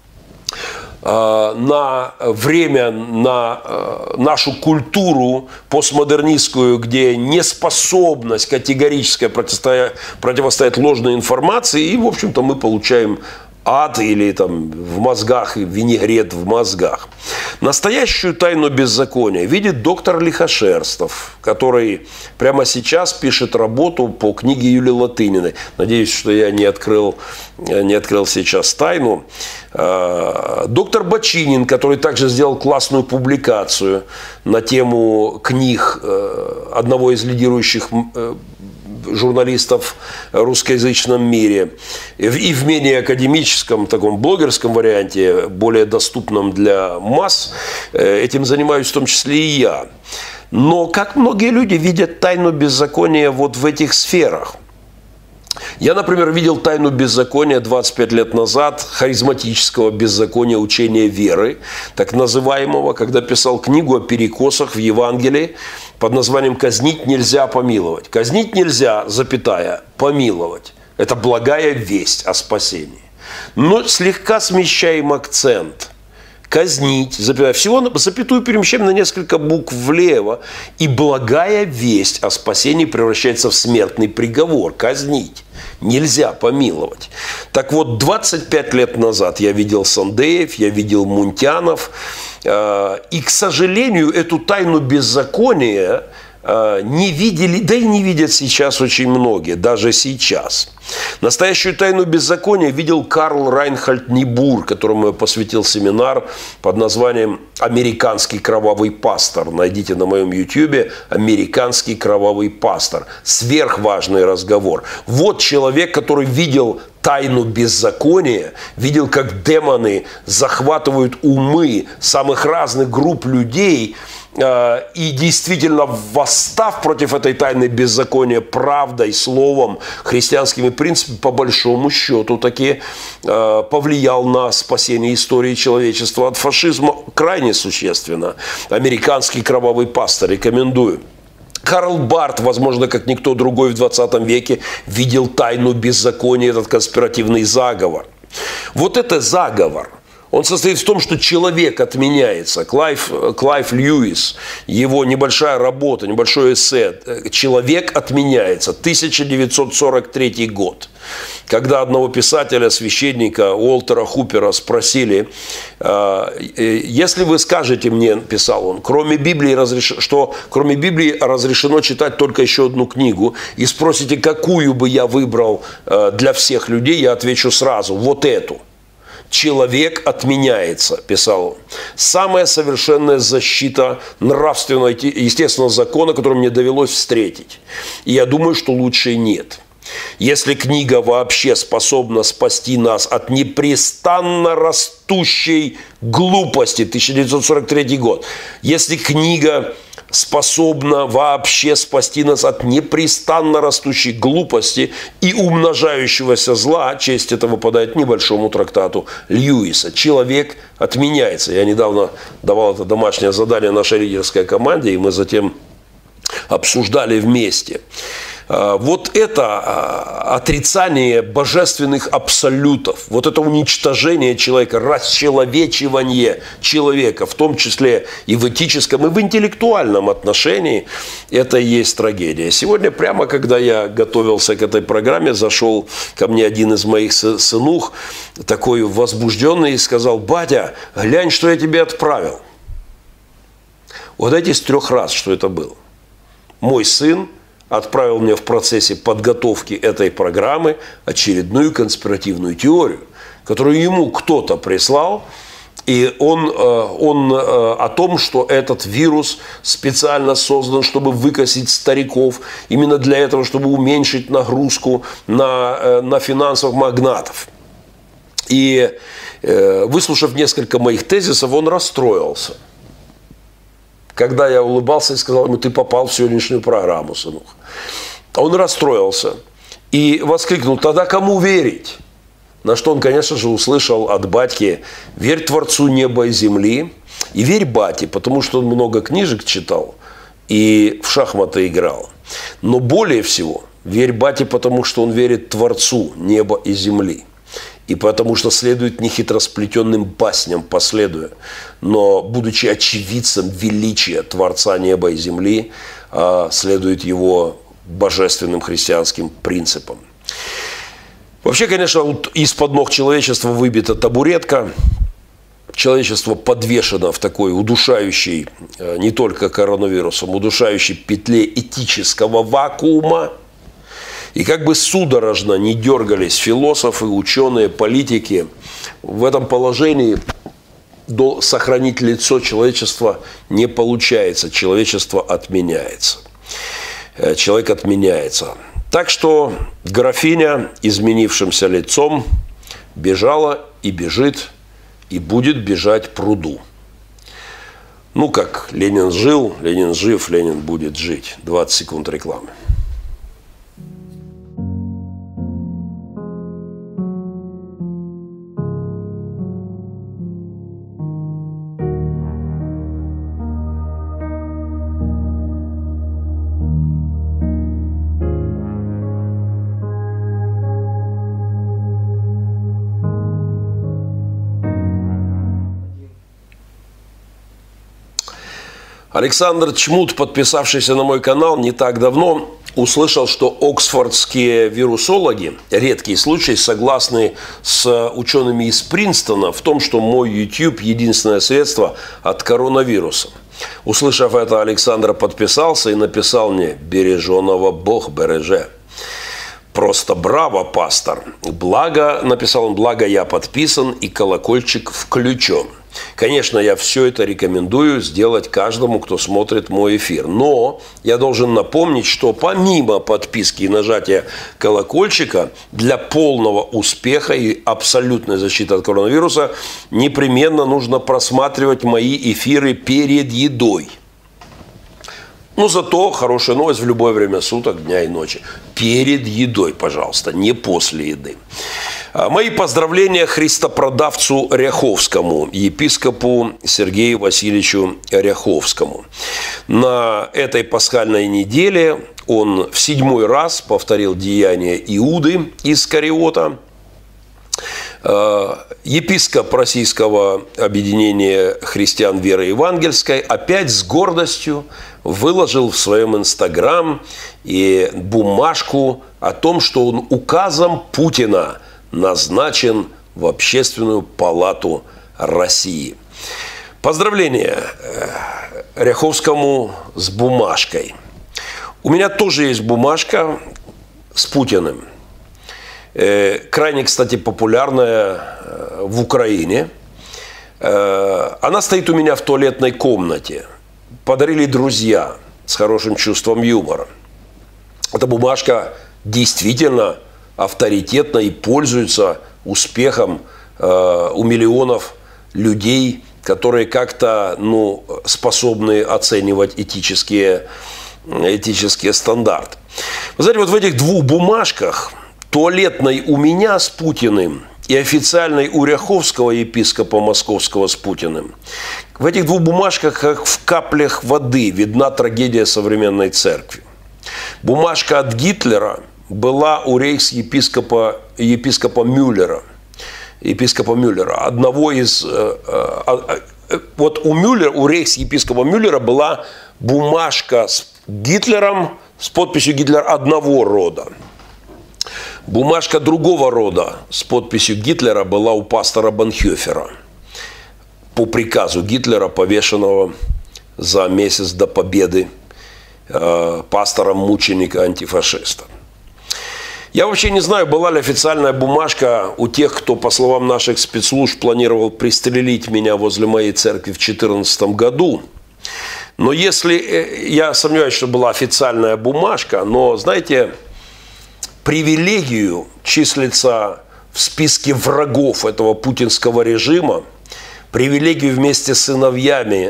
на время, на нашу культуру постмодернистскую, где неспособность категорическая противостоять ложной информации, и, в общем-то, мы получаем ад или там в мозгах, винегрет в мозгах. Настоящую тайну беззакония видит доктор Лихошерстов, который прямо сейчас пишет работу по книге Юлии Латыниной. Надеюсь, что я не открыл сейчас тайну. Доктор Бочинин, который также сделал классную публикацию на тему книг одного из лидирующих журналистов в русскоязычном мире, и в менее академическом, таком блогерском варианте, более доступном для масс, этим занимаюсь в том числе и я. Но как многие люди видят тайну беззакония вот в этих сферах? Я, например, видел тайну беззакония 25 лет назад, харизматического беззакония учения веры, так называемого, когда писал книгу о перекосах в Евангелии под названием «Казнить нельзя, помиловать». Казнить нельзя, запятая, помиловать. Это благая весть о спасении. Но слегка смещаем акцент. Казнить, запятая, всего запятую перемещаем на несколько букв влево, и благая весть о спасении превращается в смертный приговор. Казнить нельзя, помиловать. Так вот, 25 лет назад я видел Сандеев, я видел Мунтянов, и, к сожалению, эту тайну беззакония не видели, да и не видят сейчас очень многие, даже сейчас. Настоящую тайну беззакония видел Карл Райнхольд Нибур, которому я посвятил семинар под названием «Американский кровавый пастор». Найдите на моем YouTube «Американский кровавый пастор». Сверхважный разговор. Вот человек, который видел тайну беззакония, видел, как демоны захватывают умы самых разных групп людей, и действительно, восстав против этой тайны беззакония правдой, словом, христианскими принципами, по большому счету, таки повлиял на спасение истории человечества от фашизма крайне существенно. «Американский кровавый пастор», рекомендую. Карл Барт, возможно, как никто другой в 20 веке, видел тайну беззакония, этот конспиративный заговор. Вот это заговор. Он состоит в том, что человек отменяется. Клайв Льюис, его небольшая работа, небольшое эссе «Человек отменяется», 1943 год. Когда одного писателя, священника Уолтера Хупера спросили: если вы скажете мне, писал он, что кроме Библии разрешено читать только еще одну книгу, и спросите, какую бы я выбрал для всех людей, я отвечу сразу: вот эту. человек отменяется, писал он. Самая совершенная защита нравственного, естественного закона, который мне довелось встретить. И я думаю, что лучше нет. Если книга вообще способна спасти нас от непрестанно растущей глупости, 1943 год, если книга способна вообще спасти нас от непрестанно растущей глупости и умножающегося зла, честь это выпадает небольшому трактату Льюиса. Человек отменяется. Я недавно давал это домашнее задание нашей лидерской команде, и мы затем обсуждали вместе. Вот это отрицание божественных абсолютов, вот это уничтожение человека, расчеловечивание человека, в том числе и в этическом, и в интеллектуальном отношении, это и есть трагедия. Сегодня, прямо когда я готовился к этой программе, зашел ко мне один из моих сынух, такой возбужденный, и сказал: «Батя, глянь, что я тебе отправил». Вот эти с 3 раз, что это было. Мой сын отправил мне в процессе подготовки этой программы очередную конспиративную теорию, которую ему кто-то прислал, и он о том, что этот вирус специально создан, чтобы выкосить стариков, именно для этого, чтобы уменьшить нагрузку на финансовых магнатов. И выслушав несколько моих тезисов, он расстроился. Когда я улыбался и сказал ему: «Ты попал в сегодняшнюю программу, сынок». Он расстроился и воскликнул: «Тогда кому верить?» На что он, конечно же, услышал от батьки: «Верь Творцу неба и земли, и верь бате, потому что он много книжек читал и в шахматы играл. Но более всего верь бате, потому что он верит Творцу неба и земли. И потому что следует нехитросплетенным басням последуя, но, будучи очевидцем величия Творца неба и земли, следует его божественным христианским принципам». Вообще, конечно, вот из-под ног человечества выбита табуретка. Человечество подвешено в такой удушающей, не только коронавирусом, удушающей петле этического вакуума. И как бы судорожно не дергались философы, ученые, политики, в этом положении сохранить лицо человечества не получается. Человечество отменяется. Человек отменяется. Так что графиня изменившимся лицом бежала и бежит, и будет бежать пруду. Ну как, Ленин жил, Ленин жив, Ленин будет жить. 20 секунд рекламы. Александр Чмут, подписавшийся на мой канал не так давно, услышал, что оксфордские вирусологи, редкий случай, согласны с учеными из Принстона в том, что мой YouTube – единственное средство от коронавируса. Услышав это, Александр подписался и написал мне: «Береженого Бог береже». Просто браво, пастор. Благо, написал он, благо я подписан и колокольчик включен. Конечно, я все это рекомендую сделать каждому, кто смотрит мой эфир. Но я должен напомнить, что помимо подписки и нажатия колокольчика, для полного успеха и абсолютной защиты от коронавируса непременно нужно просматривать мои эфиры перед едой. Но зато хорошая новость: в любое время суток, дня и ночи. Перед едой, пожалуйста, не после еды. Мои поздравления христопродавцу Ряховскому, епископу Сергею Васильевичу Ряховскому. На этой пасхальной неделе он в 7-й раз повторил деяния Иуды Искариота. Епископ Российского объединения христиан веры евангельской опять с гордостью выложил в своем Инстаграм и бумажку о том, что он указом Путина назначен в Общественную палату России. Поздравления Ряховскому с бумажкой. У меня тоже есть бумажка с Путиным. крайне, кстати, популярная в Украине. Она стоит у меня в туалетной комнате. Подарили друзья с хорошим чувством юмора. Эта бумажка действительно авторитетна и пользуется успехом у миллионов людей, которые как-то способны оценивать этические стандарты. Вы знаете, вот в этих двух бумажках, туалетной у меня с Путиным и официальной у Ряховского, епископа Московского, с Путиным, в этих двух бумажках, как в каплях воды, видна трагедия современной церкви. Бумажка от Гитлера была у рейхс-епископа Мюллера. Одного из... Вот у рейхс-епископа Мюллера была бумажка с Гитлером, с подписью Гитлер одного рода. Бумажка другого рода с подписью Гитлера была у пастора Бонхёфера по приказу Гитлера, повешенного за месяц до победы пастором-мученика-антифашиста. Я вообще не знаю, была ли официальная бумажка у тех, кто, по словам наших спецслужб, планировал пристрелить меня возле моей церкви в 2014 году. Но если, я сомневаюсь, что была официальная бумажка, но, знаете, привилегию числиться в списке врагов этого путинского режима, привилегию вместе с сыновьями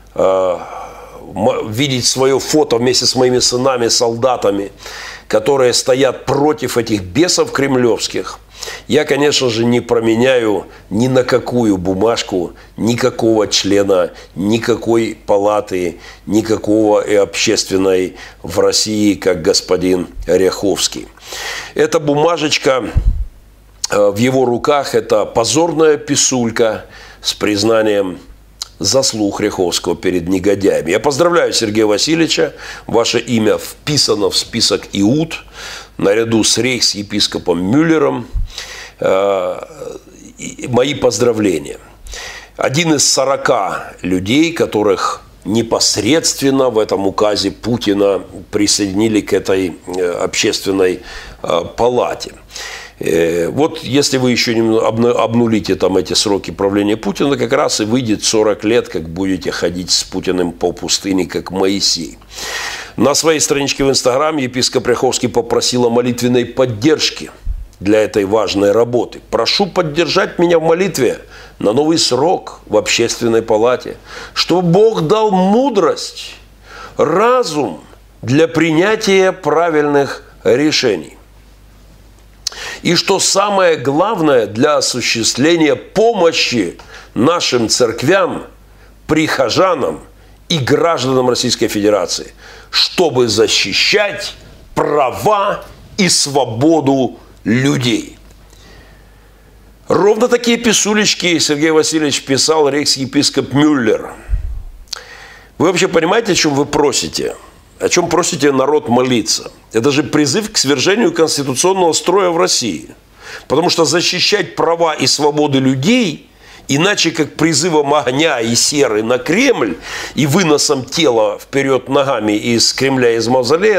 видеть свое фото вместе с моими сынами, солдатами, которые стоят против этих бесов кремлевских, я, конечно же, не променяю ни на какую бумажку, никакого члена, никакой палаты, никакого и общественной в России, как господин Ряховский. Эта бумажечка в его руках – это позорная писулька с признанием заслуг Ряховского перед негодяями. Я поздравляю Сергея Васильевича. Ваше имя вписано в список Иуд наряду с рейхс-епископом Мюллером. Мои поздравления. Один из 40 людей, которых непосредственно в этом указе Путина присоединили к этой общественной палате. Вот если вы еще обнулите там эти сроки правления Путина, как раз и выйдет 40 лет, как будете ходить с Путиным по пустыне, как Моисей. На своей страничке в Инстаграме епископ Ряховский попросил о молитвенной поддержке для этой важной работы. Прошу поддержать меня в молитве на новый срок в общественной палате, чтобы Бог дал мудрость, разум для принятия правильных решений. И что самое главное, для осуществления помощи нашим церквям, прихожанам и гражданам Российской Федерации, чтобы защищать права и свободу людей. Ровно такие писулечки Сергей Васильевич писал рейхс-епископ Мюллер. Вы вообще понимаете, о чем вы просите? О чем просите народ молиться? Это же призыв к свержению конституционного строя в России. Потому что защищать права и свободы людей, иначе как призывом огня и серы на Кремль и выносом тела вперед ногами из Кремля, из мавзолея,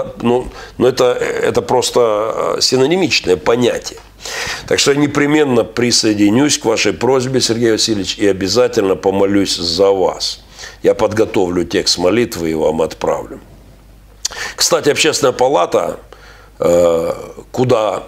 это просто синонимичное понятие. Так что я непременно присоединюсь к вашей просьбе, Сергей Васильевич, и обязательно помолюсь за вас. Я подготовлю текст молитвы и вам отправлю. Кстати, общественная палата, куда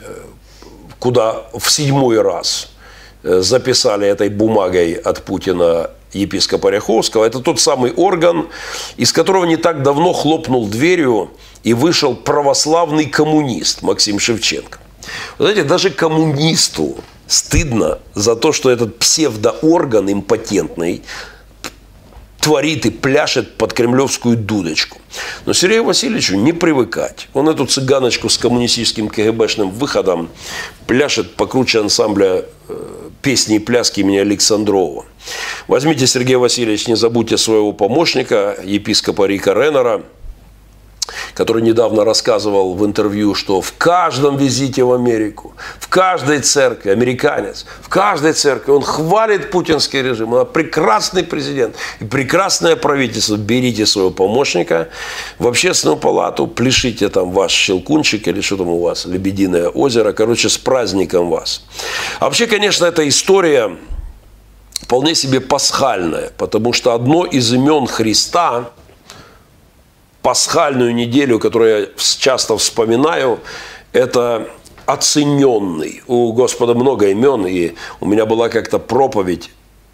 в 7-й раз записали этой бумагой от Путина епископа Ряховского, это тот самый орган, из которого не так давно хлопнул дверью и вышел православный коммунист Максим Шевченко. Вы знаете, даже коммунисту стыдно за то, что этот псевдоорган импотентный творит и пляшет под кремлевскую дудочку. Но Сергею Васильевичу не привыкать. Он эту цыганочку с коммунистическим КГБшным выходом пляшет покруче ансамбля песни и пляски имени Александрова. Возьмите, Сергей Васильевич, не забудьте своего помощника, епископа Рика Реннера, который недавно рассказывал в интервью, что в каждом визите в Америку, в каждой церкви, американец, в каждой церкви он хвалит путинский режим. Он прекрасный президент и прекрасное правительство. Берите своего помощника в общественную палату, пляшите там ваш щелкунчик или что там у вас, Лебединое озеро. Короче, с праздником вас. А вообще, конечно, эта история вполне себе пасхальная, потому что одно из имен Христа, пасхальную неделю, которую я часто вспоминаю, это оцененный. У Господа много имен, и у меня была как-то проповедь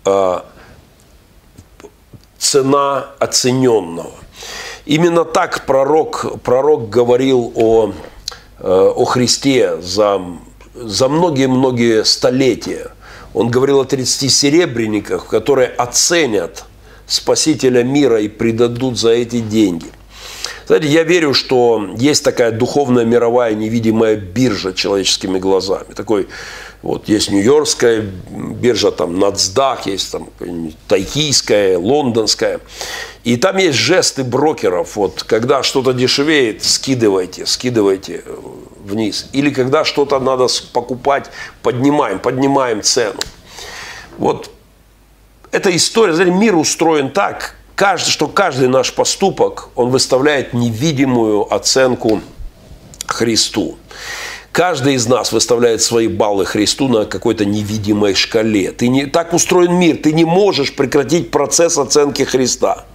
«Цена оцененного». Именно так пророк говорил о Христе за многие-многие столетия. Он говорил о 30 серебряниках, которые оценят Спасителя мира и предадут за эти деньги. Знаете, я верю, что есть такая духовная мировая невидимая биржа человеческими глазами. Такой, вот есть нью-йоркская биржа, там NASDAQ, есть там токийская, лондонская. И там есть жесты брокеров. Вот когда что-то дешевеет, скидывайте вниз. Или когда что-то надо покупать, поднимаем цену. Вот эта история, знаете, мир устроен так, что каждый наш поступок, он выставляет невидимую оценку Христу. Каждый из нас выставляет свои баллы Христу на какой-то невидимой шкале. Так устроен мир. Ты не можешь прекратить процесс оценки Христа.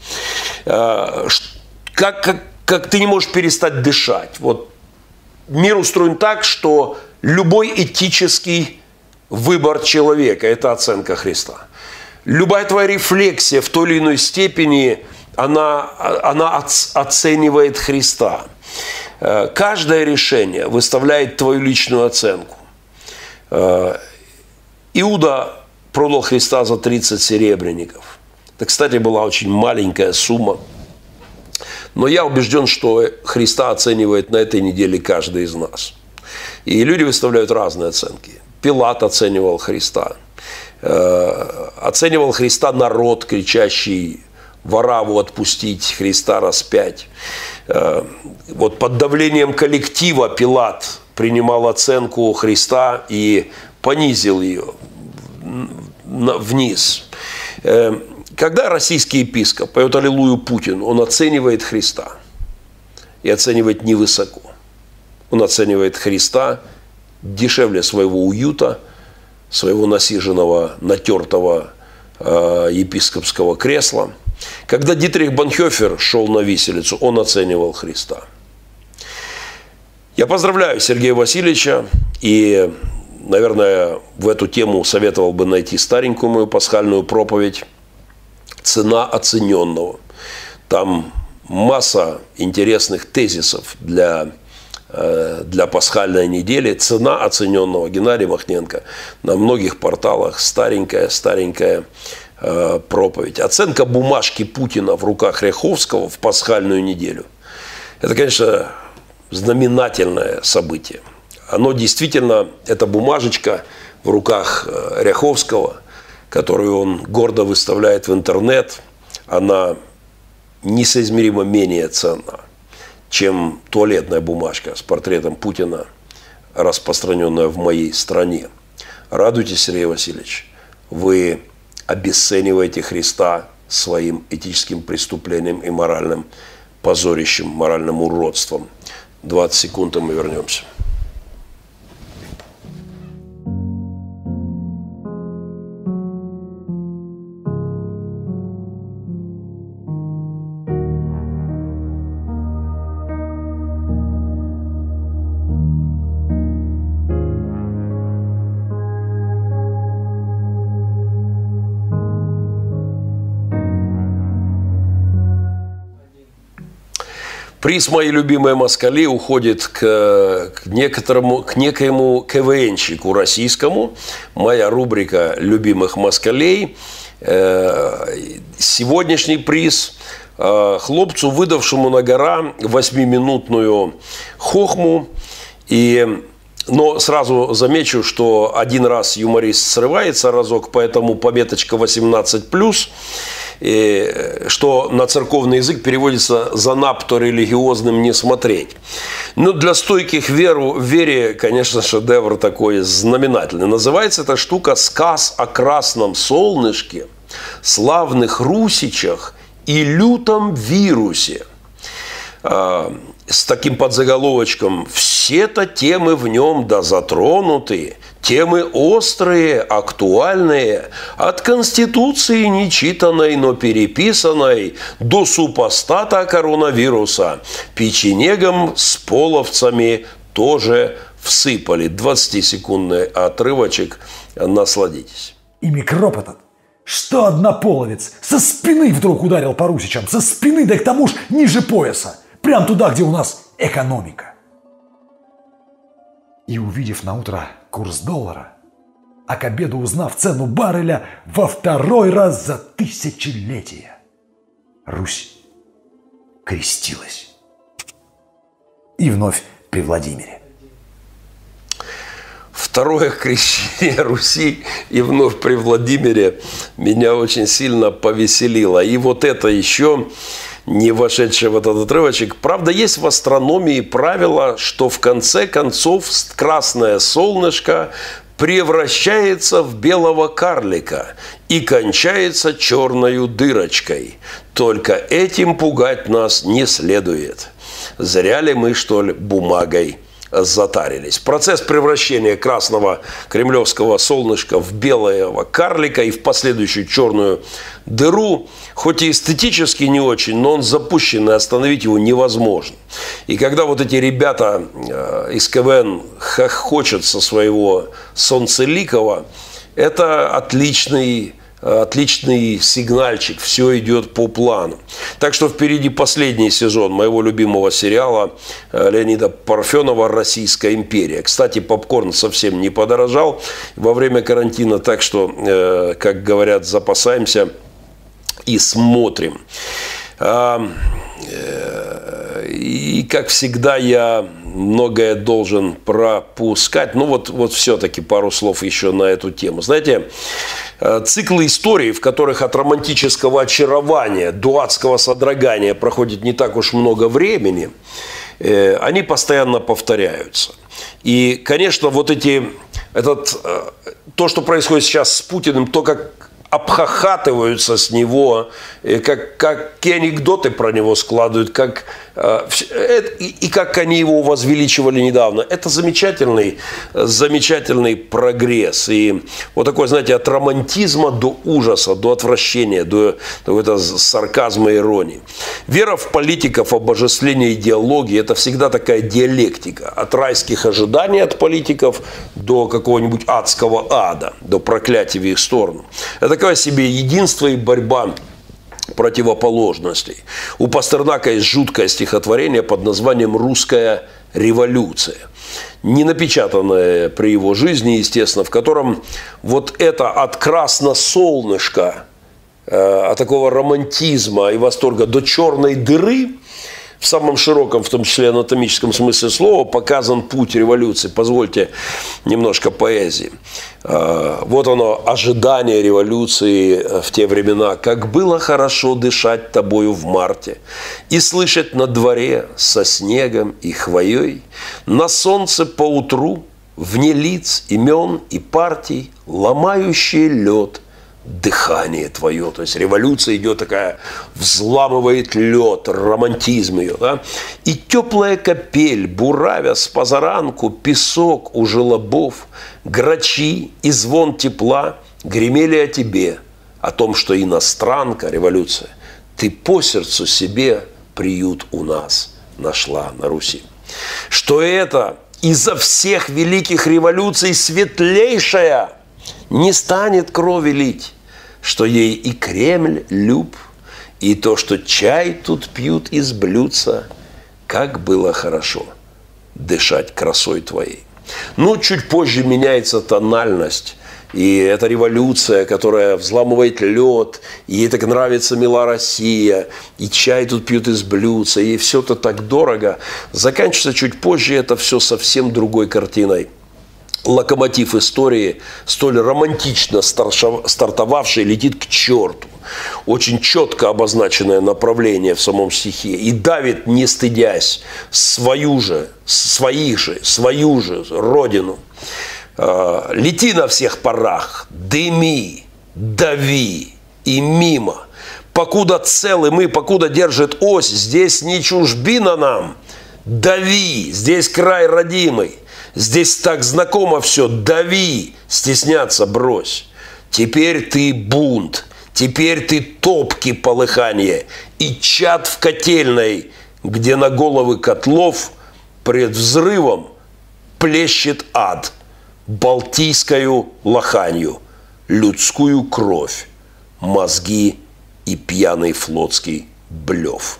Как ты не можешь перестать дышать. Вот мир устроен так, что любой этический выбор человека – это оценка Христа. Любая твоя рефлексия в той или иной степени, она оценивает Христа. Каждое решение выставляет твою личную оценку. Иуда продал Христа за 30 серебряников. Это, кстати, была очень маленькая сумма. Но я убежден, что Христа оценивает на этой неделе каждый из нас. И люди выставляют разные оценки. Пилат оценивал Христа. Оценивал Христа народ, кричащий «Варавву отпустить, Христа распять». Вот под давлением коллектива Пилат принимал оценку Христа и понизил ее вниз. Когда российский епископ поет «Аллилуйю Путин», он оценивает Христа и оценивает невысоко. Он оценивает Христа дешевле своего уюта, своего насиженного, натертого епископского кресла. Когда Дитрих Бонхофер шел на виселицу, он оценивал Христа. Я поздравляю Сергея Васильевича и, наверное, в эту тему советовал бы найти старенькую мою пасхальную проповедь «Цена оцененного». Там масса интересных тезисов для пасхальной недели. «Цена оцененного» Геннадий Махненко на многих порталах. Старенькая проповедь. Оценка бумажки Путина в руках Ряховского в пасхальную неделю. Это, конечно, знаменательное событие. Оно действительно, эта бумажечка в руках Ряховского, которую он гордо выставляет в интернет, она несоизмеримо менее ценна, чем туалетная бумажка с портретом Путина, распространенная в моей стране. Радуйтесь, Сергей Васильевич, вы обесцениваете Христа своим этическим преступлением и моральным позорищем, моральным уродством. 20 секунд, и мы вернемся. Приз «Мои любимые москали» уходит к некоему КВНщику российскому. Моя рубрика «Любимых москалей». Сегодняшний приз хлопцу, выдавшему на гора 8-минутную хохму. Но сразу замечу, что один раз юморист срывается разок, поэтому пометочка 18+. что на церковный язык переводится «занадто религиозным не смотреть». Но для стойких в вере, конечно, шедевр такой знаменательный. Называется эта штука «Сказ о красном солнышке, славных русичах и лютом вирусе». С таким подзаголовочком: «Все-то темы в нем да затронуты, темы острые, актуальные, от Конституции нечитанной, но переписанной, до супостата коронавируса, печенегом с половцами тоже всыпали». 20-секундный отрывочек, насладитесь. И микроб этот, что однополовец, со спины вдруг ударил по русичам, со спины, да к тому ж ниже пояса. Прям туда, где у нас экономика. И увидев наутро курс доллара, а к обеду узнав цену барреля во второй раз за тысячелетие, Русь крестилась. И вновь при Владимире. Второе крещение Руси и вновь при Владимире меня очень сильно повеселило. И вот это еще не вошедший в этот отрывочек. Правда, есть в астрономии правило, что в конце концов красное солнышко превращается в белого карлика и кончается черной дырочкой. Только этим пугать нас не следует. Зря ли мы, что ли, бумагой затарились. Процесс превращения красного кремлевского солнышка в белого карлика и в последующую черную дыру, хоть и эстетически не очень, но он запущен, и остановить его невозможно. И когда вот эти ребята из КВН хохочут со своего солнцеликого, это отличный сигнальчик, все идет по плану. Так что впереди последний сезон моего любимого сериала Леонида Парфенова «Российская империя». Кстати, попкорн совсем не подорожал во время карантина, так что, как говорят, запасаемся и смотрим. И, как всегда, я многое должен пропускать. Ну, вот все-таки пару слов еще на эту тему. Знаете, циклы истории, в которых от романтического очарования до адского содрогания проходит не так уж много времени, они постоянно повторяются. И, конечно, то, что происходит сейчас с Путиным, то, как обхахатываются с него, какие анекдоты про него складывают, как они его возвеличивали недавно. Это замечательный прогресс. И вот такой, знаете, от романтизма до ужаса, до отвращения, до сарказма и иронии. Вера в политиков, обожествление идеологии – это всегда такая диалектика. От райских ожиданий от политиков до какого-нибудь адского ада, до проклятия в их сторону. Это такое себе единство и борьба противоположностей. У Пастернака есть жуткое стихотворение под названием «Русская революция», не напечатанное при его жизни, естественно, в котором вот это от красно-солнышка, от такого романтизма и восторга до черной дыры, в самом широком, в том числе анатомическом смысле слова, показан путь революции. Позвольте немножко поэзии. Вот оно, ожидание революции в те времена. Как было хорошо дышать тобою в марте и слышать на дворе со снегом и хвоей, на солнце поутру, вне лиц, имен и партий, ломающий лед, дыхание твое. То есть революция идет такая, взламывает лед, романтизм ее. Да? И теплая капель, буравя с позаранку, песок у желобов, грачи и звон тепла гремели о тебе, о том, что иностранка, революция, ты по сердцу себе приют у нас нашла на Руси. Что это изо всех великих революций светлейшая не станет крови лить, что ей и Кремль люб, и то, что чай тут пьют из блюдца, как было хорошо дышать красой твоей. Ну, чуть позже меняется тональность, и это революция, которая взламывает лед, и ей так нравится «Мила Россия», и чай тут пьют из блюдца, и все это так дорого. Заканчивается чуть позже это все совсем другой картиной. Локомотив истории, столь романтично стартовавший, летит к черту. очень четко обозначенное направление в самом стихе, и давит, не стыдясь, свою же родину. Лети на всех парах, дыми, дави и мимо. Покуда целы мы, покуда держит ось, здесь не чужбина нам. Дави, здесь край родимый, здесь так знакомо все, дави, стесняться брось. Теперь ты бунт, теперь ты топки полыхание и чад в котельной, где на головы котлов пред взрывом плещет ад, балтийскую лоханью, людскую кровь, мозги и пьяный флотский блев.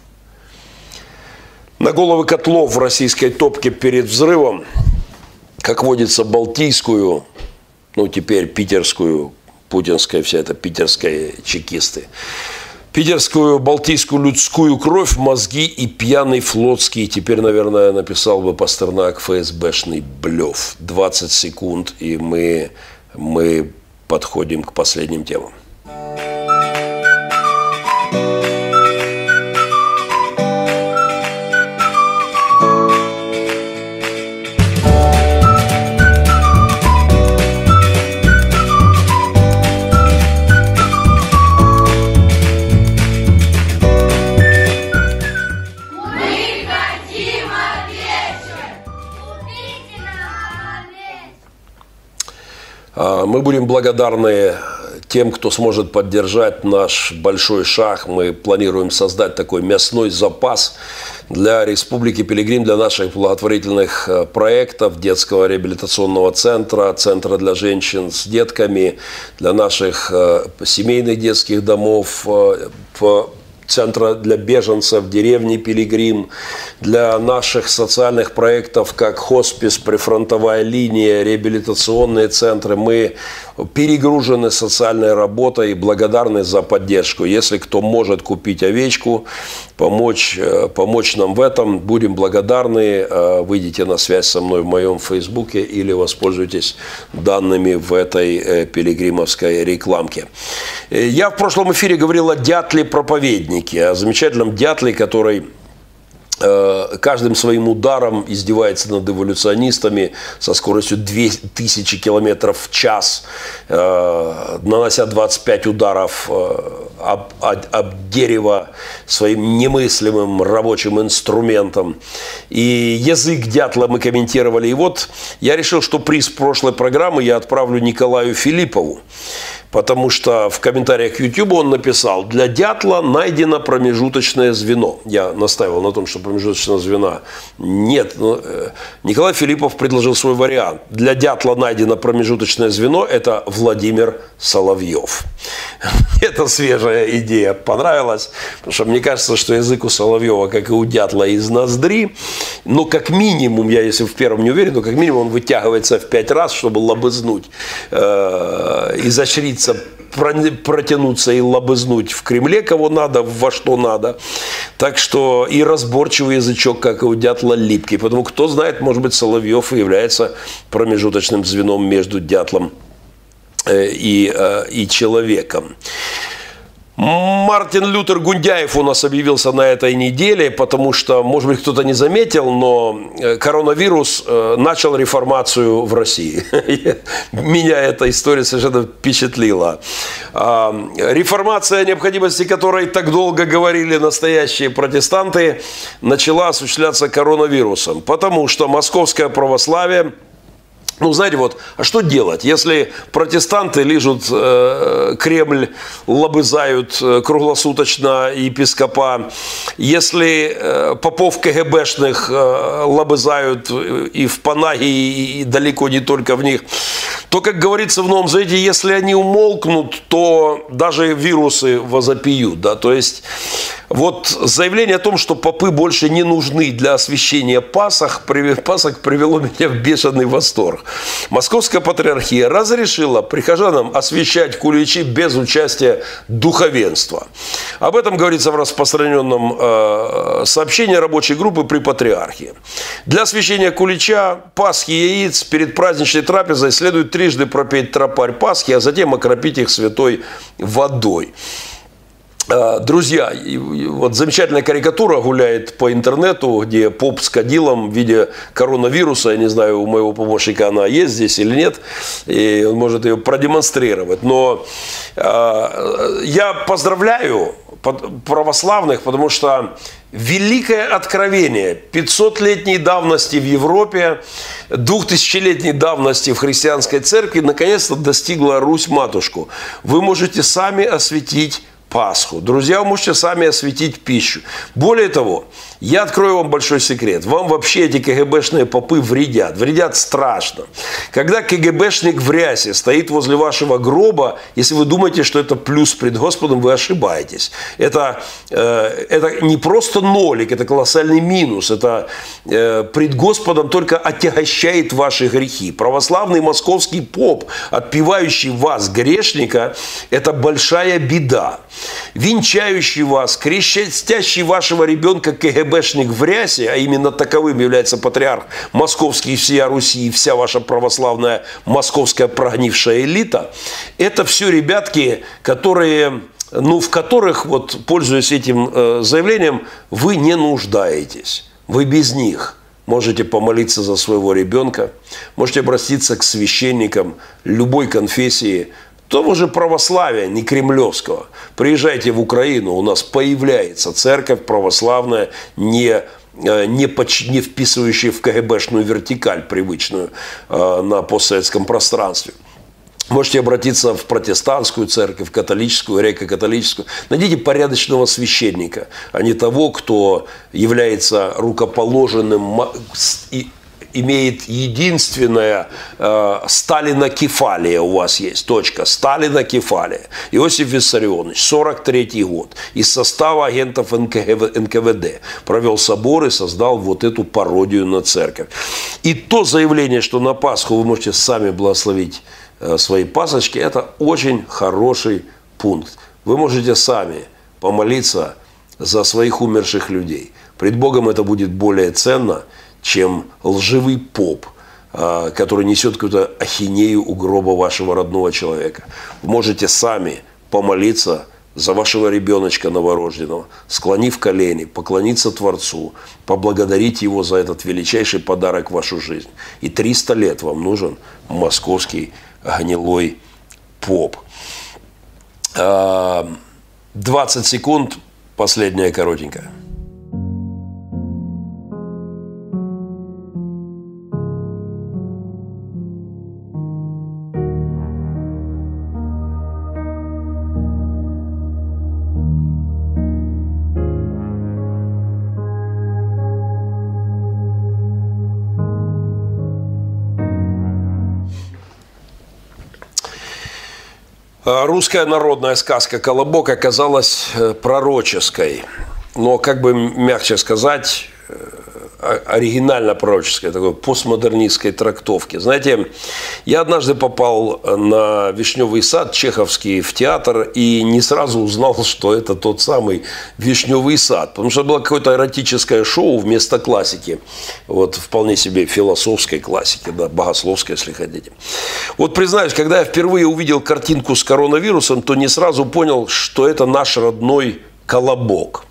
На головы котлов в российской топке перед взрывом, как водится, балтийскую, ну теперь питерскую, путинская вся эта питерская чекисты, питерскую, балтийскую людскую кровь, мозги и пьяный флотский, теперь, наверное, написал бы Пастернак, ФСБшный блев. 20 секунд, и мы подходим к последним темам. Мы будем благодарны тем, кто сможет поддержать наш большой шаг. Мы планируем создать такой мясной запас для Республики Пилигрим, для наших благотворительных проектов, детского реабилитационного центра, центра для женщин с детками, для наших семейных детских домов, центра для беженцев, деревни Пилигрим, для наших социальных проектов, как хоспис, прифронтовая линия, реабилитационные центры. Мы перегружены социальной работой и благодарны за поддержку. Если кто может купить овечку, помочь нам в этом, будем благодарны. Выйдите на связь со мной в моем фейсбуке или воспользуйтесь данными в этой пилигримовской рекламке. Я в прошлом эфире говорил о дятле-проповеднике, о замечательном дятле, который каждым своим ударом издевается над эволюционистами со скоростью 2000 км в час, нанося 25 ударов об дерево своим немыслимым рабочим инструментом. И язык дятла мы комментировали. И вот я решил, что приз прошлой программы я отправлю Николаю Филиппову. Потому что в комментариях к YouTube он написал: для дятла найдено промежуточное звено. Я настаивал на том, что промежуточного звена нет. Николай Филиппов предложил свой вариант. Для дятла найдено промежуточное звено. Это Владимир Соловьев. Эта свежая идея понравилась. Потому что мне кажется, что язык у Соловьева, как и у дятла, из ноздри. Но как минимум, я если в первом не уверен, но как минимум он вытягивается в 5 раз, чтобы лобызнуть, изощриться, протянуться и лобызнуть в Кремле кого надо, во что надо. Так что и разборчивый язычок, как и у дятла, липкий. Потому кто знает, может быть, Соловьев и является промежуточным звеном между дятлом и человеком. Мартин Лютер Гундяев у нас объявился на этой неделе, потому что, может быть, кто-то не заметил, но коронавирус начал реформацию в России. Меня эта история совершенно впечатлила. Реформация, о необходимости которой так долго говорили настоящие протестанты, начала осуществляться коронавирусом, потому что московское православие... Ну, знаете, вот, а что делать, если протестанты лижут Кремль, лобызают круглосуточно епископа, если попов КГБшных лобызают и в Панагии, и далеко не только в них, то, как говорится в Новом Завете, если они умолкнут, то даже вирусы возопьют, да, то есть... Вот заявление о том, что попы больше не нужны для освящения пасок, привело меня в бешеный восторг. Московская патриархия разрешила прихожанам освящать куличи без участия духовенства. Об этом говорится в распространенном сообщении рабочей группы при патриархии. Для освящения кулича, пасхи и яиц перед праздничной трапезой следует трижды пропеть тропарь Пасхи, а затем окропить их святой водой. Друзья, вот замечательная карикатура гуляет по интернету, где поп с кадилом в виде коронавируса. Я не знаю, у моего помощника она есть здесь или нет, и он может ее продемонстрировать. Но я поздравляю православных, потому что великое откровение 500-летней давности в Европе, 2000-летней давности в христианской церкви наконец-то достигла Русь-матушку. Вы можете сами осветить Пасху. Друзья, вы можете сами осветить пищу. Более того, я открою вам большой секрет. Вам вообще эти КГБшные попы вредят. Вредят страшно. Когда КГБшник в рясе стоит возле вашего гроба, если вы думаете, что это плюс пред Господом, вы ошибаетесь. Это не просто нолик, это колоссальный минус. Это пред Господом только отягощает ваши грехи. Православный московский поп, отпевающий вас, грешника, это большая беда. Венчающий вас, крестящий вашего ребенка КГБшник в рясе, а именно таковым является патриарх московский, всея Руси и вся ваша православная московская прогнившая элита, это все ребятки, которые, в которых, вот, пользуясь этим заявлением, вы не нуждаетесь, вы без них. Можете помолиться за своего ребенка, можете обратиться к священникам любой конфессии, того же православия, не кремлевского. Приезжайте в Украину, у нас появляется церковь православная, не вписывающая в КГБшную вертикаль привычную на постсоветском пространстве. Можете обратиться в протестантскую церковь, католическую, греко-католическую. Найдите порядочного священника, а не того, кто является рукоположенным и имеет единственное сталинокефалия у вас есть, точка, сталинокефалия. Иосиф Виссарионович, 43-й год, из состава агентов НКВД провел собор и создал вот эту пародию на церковь. И то заявление, что на Пасху вы можете сами благословить свои пасочки, это очень хороший пункт. Вы можете сами помолиться за своих умерших людей. Пред Богом это будет более ценно, чем лживый поп, который несет какую-то ахинею у гроба вашего родного человека. Вы можете сами помолиться за вашего ребеночка новорожденного, склонив колени, поклониться Творцу, поблагодарить Его за этот величайший подарок в вашу жизнь. И 300 лет вам нужен московский гнилой поп. 20 секунд, последняя коротенькая. Русская народная сказка «Колобок» оказалась пророческой, но, как бы мягче сказать, оригинально пророческой, такой постмодернистской трактовки. Знаете, я однажды попал на «Вишневый сад» чеховский в театр и не сразу узнал, что это тот самый «Вишневый сад», потому что было какое-то эротическое шоу вместо классики, вот вполне себе философской классики, да, богословской, если хотите. Вот признаюсь, когда я впервые увидел картинку с коронавирусом, то не сразу понял, что это наш родной Колобок.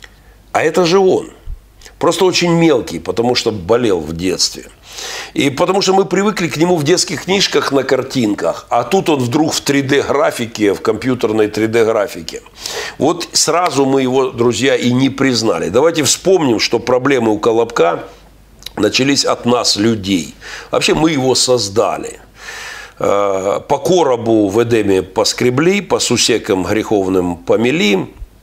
А это же он. Просто очень мелкий, потому что болел в детстве. И потому что мы привыкли к нему в детских книжках на картинках, а тут он вдруг в 3D-графике, в компьютерной 3D-графике. Вот сразу мы его, друзья, и не признали. Давайте вспомним, что проблемы у Колобка начались от нас, людей. Вообще мы его создали. По коробу в Эдеме поскребли, по сусекам греховным помели,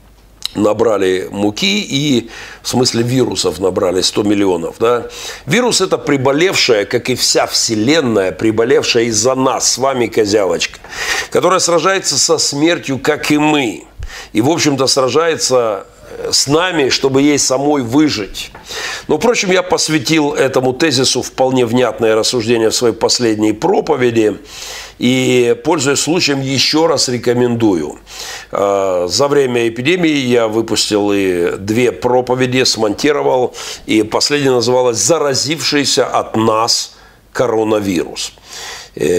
набрали муки и, в смысле вирусов набрали 100 миллионов. Да? Вирус – это приболевшая, как и вся Вселенная, приболевшая из-за нас, с вами козявочка, которая сражается со смертью, как и мы. И, в общем-то, сражается с нами, чтобы ей самой выжить. Но, впрочем, я посвятил этому тезису вполне внятное рассуждение в своей последней проповеди. И, пользуясь случаем, еще раз рекомендую. За время эпидемии я выпустил и 2 проповеди, смонтировал. И последняя называлась «Заразившийся от нас коронавирус».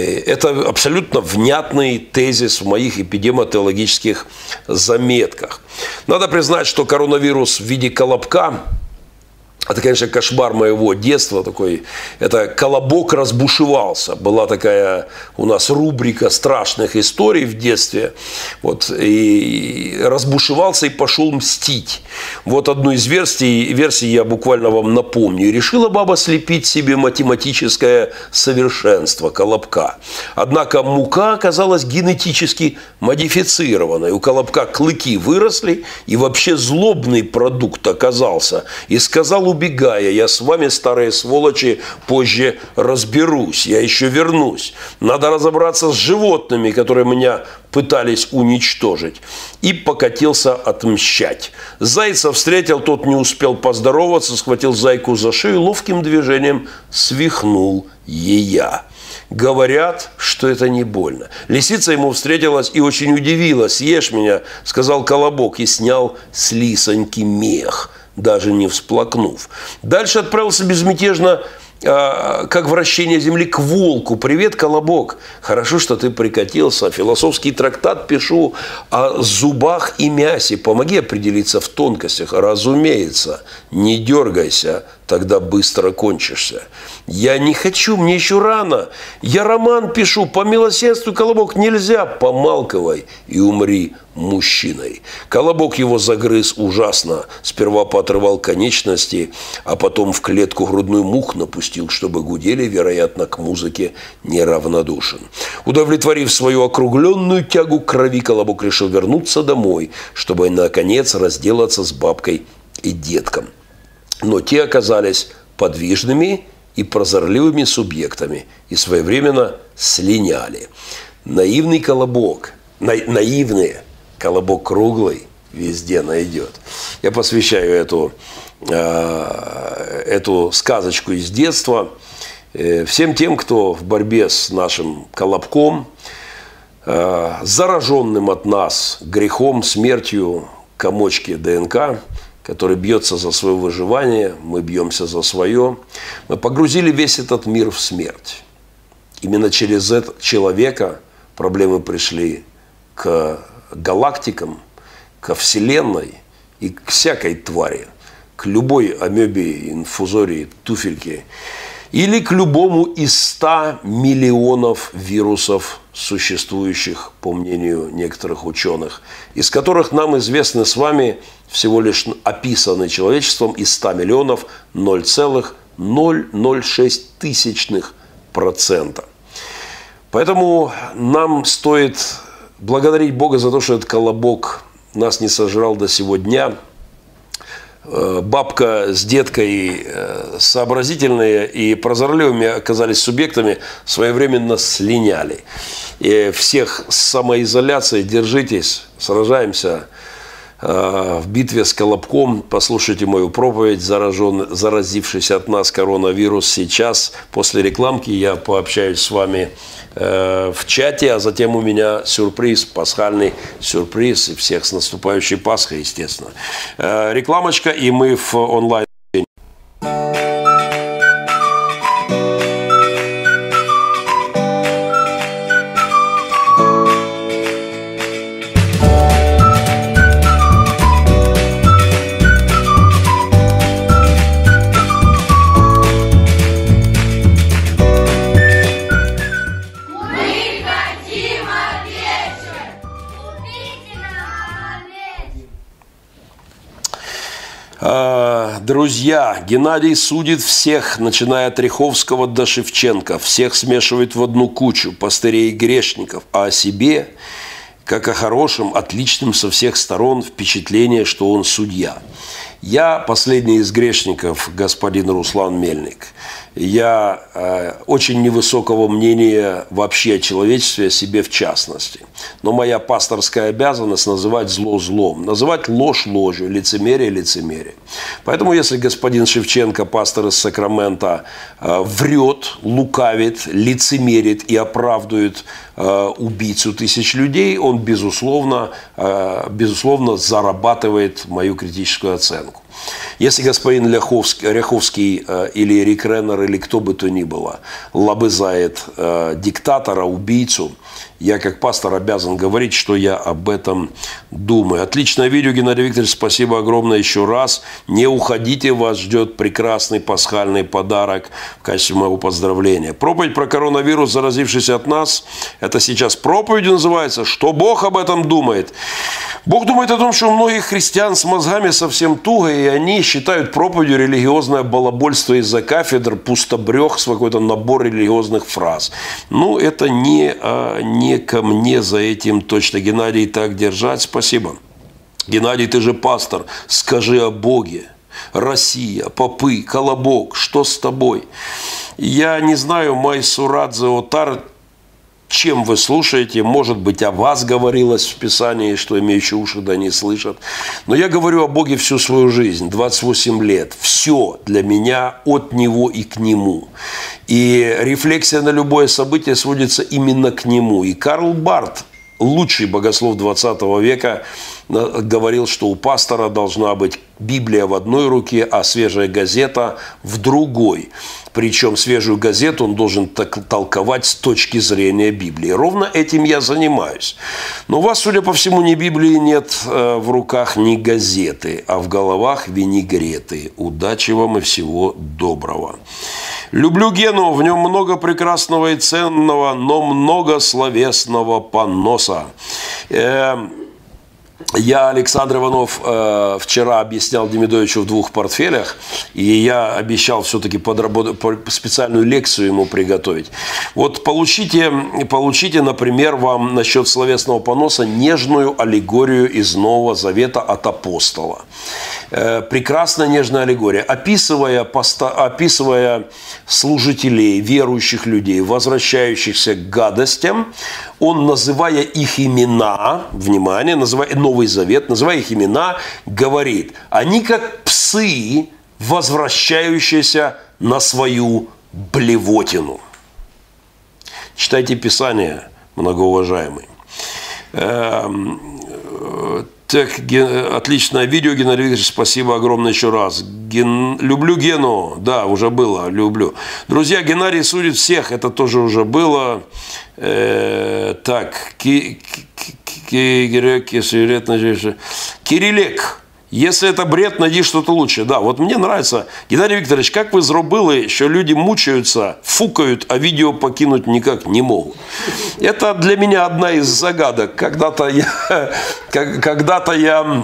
Это абсолютно внятный тезис в моих эпидемиологических заметках. Надо признать, что коронавирус в виде колобка – это, конечно, кошмар моего детства такой. Это «Колобок разбушевался». Была такая у нас рубрика страшных историй в детстве. Вот, и разбушевался и пошел мстить. Вот одну из версий я буквально вам напомню. Решила баба слепить себе математическое совершенство колобка. Однако мука оказалась генетически модифицированной. У колобка клыки выросли, и вообще злобный продукт оказался. И сказал, убегая: я с вами, старые сволочи, позже разберусь, я еще вернусь. Надо разобраться с животными, которые меня пытались уничтожить. И покатился отмщать. Зайца встретил, тот не успел поздороваться, схватил зайку за шею, ловким движением свихнул ея. Говорят, что это не больно. Лисица ему встретилась и очень удивилась. «Съешь меня», – сказал колобок, и снял с лисоньки мех, даже не всплакнув. Дальше отправился безмятежно, как вращение земли, к волку. «Привет, колобок. Хорошо, что ты прикатился. Философский трактат пишу о зубах и мясе. Помоги определиться в тонкостях». «Разумеется. Не дергайся, тогда быстро кончишься». «Я не хочу, мне еще рано. Я роман пишу. По милосердству, колобок, нельзя». «Помалковай и умри мужчиной». Колобок его загрыз ужасно. Сперва поотрывал конечности, а потом в клетку грудную мух напустил, чтобы гудели, вероятно, к музыке неравнодушен. Удовлетворив свою округленную тягу к крови, колобок решил вернуться домой, чтобы, наконец, разделаться с бабкой и детком. Но те оказались подвижными и прозорливыми субъектами и своевременно слиняли. Наивный колобок, наивные, колобок круглый везде найдет. Я посвящаю эту сказочку из детства всем тем, кто в борьбе с нашим колобком, зараженным от нас грехом, смертью, комочки ДНК, который бьется за свое выживание, мы бьемся за свое. Мы погрузили весь этот мир в смерть. Именно через это человека проблемы пришли к галактикам, ко Вселенной и к всякой твари, к любой амебе, инфузории, туфельке, или к любому из 100 миллионов вирусов, существующих, по мнению некоторых ученых, из которых нам известны с вами всего лишь описаны человечеством из 100 миллионов 0,006%. Поэтому нам стоит благодарить Бога за то, что этот колобок нас не сожрал до сего дня. Бабка с деткой сообразительные и прозорливыми оказались субъектами, своевременно слиняли. И всех с самоизоляцией держитесь, сражаемся в битве с колобком. Послушайте мою проповедь, заразившись от нас коронавирус. Сейчас, после рекламки, я пообщаюсь с вами в чате, а затем у меня сюрприз, пасхальный сюрприз, и всех с наступающей Пасхой, естественно. Рекламочка, и мы в онлайн. Друзья, Геннадий судит всех, начиная от Ряховского до Шевченко. Всех смешивает в одну кучу, пастырей и грешников. А о себе, как о хорошем, отличном со всех сторон, впечатление, что он судья. Я последний из грешников, господин Руслан Мельник. Я очень невысокого мнения вообще о человечестве, о себе в частности. Но моя пасторская обязанность называть зло злом, называть ложь ложью, лицемерие лицемерием. Поэтому если господин Шевченко, пастор из Сакрамента, врет, лукавит, лицемерит и оправдывает убийцу тысяч людей, он, безусловно, зарабатывает мою критическую оценку. Если господин Ряховский или Эрик Реннер, или кто бы то ни было, лобызает диктатора, убийцу, я как пастор обязан говорить, что я об этом думаю. Отличное видео, Геннадий Викторович, спасибо огромное еще раз. Не уходите, вас ждет прекрасный пасхальный подарок в качестве моего поздравления. Проповедь про коронавирус, заразившийся от нас, это сейчас проповедью называется. Что Бог об этом думает? Бог думает о том, что у многих христиан с мозгами совсем туго, и они считают проповедью религиозное балабольство из-за кафедр, пустобрех с какой-то набор религиозных фраз. Ну, это не ко мне за этим точно. Геннадий, так держать. Спасибо. Геннадий, ты же пастор. Скажи о Боге. Россия, попы, колобок, что с тобой? Я не знаю, Майсурадзе Отар, чем вы слушаете, может быть, о вас говорилось в Писании, что имеющие уши да не слышат. Но я говорю о Боге всю свою жизнь, 28 лет. Все для меня от Него и к Нему. И рефлексия на любое событие сводится именно к Нему. И Карл Барт, лучший богослов 20 века, говорил, что у пастора должна быть Библия в одной руке, а свежая газета в другой. Причем свежую газету он должен толковать с точки зрения Библии. Ровно этим я занимаюсь. Но у вас, судя по всему, ни Библии нет в руках, ни газеты, а в головах винегреты. Удачи вам и всего доброго. Люблю Гену, в нем много прекрасного и ценного, но много словесного поноса. Я, Александр Иванов, вчера объяснял Демидовичу в 2 портфелях, и я обещал все-таки специальную лекцию ему приготовить. Вот получите, например, вам насчет словесного поноса нежную аллегорию из Нового Завета от апостола. Прекрасная нежная аллегория, описывая служителей, верующих людей, возвращающихся к гадостям, он, называя их имена, внимание, называя Новый Завет, называя их имена, говорит, они как псы, возвращающиеся на свою блевотину. Читайте Писание, многоуважаемый. Так, отличное видео, Геннадий Викторович, спасибо огромное еще раз. Люблю Гену, да, уже было, люблю. Друзья, Геннадий судит всех, это тоже уже было. Так, Кирилек. Если это бред, найди что-то лучше. Да, вот мне нравится. Геннадий Викторович, как ви зробили, що люди мучаются, фукают, а видео покинуть никак не могут? Это для меня одна из загадок. Когда-то я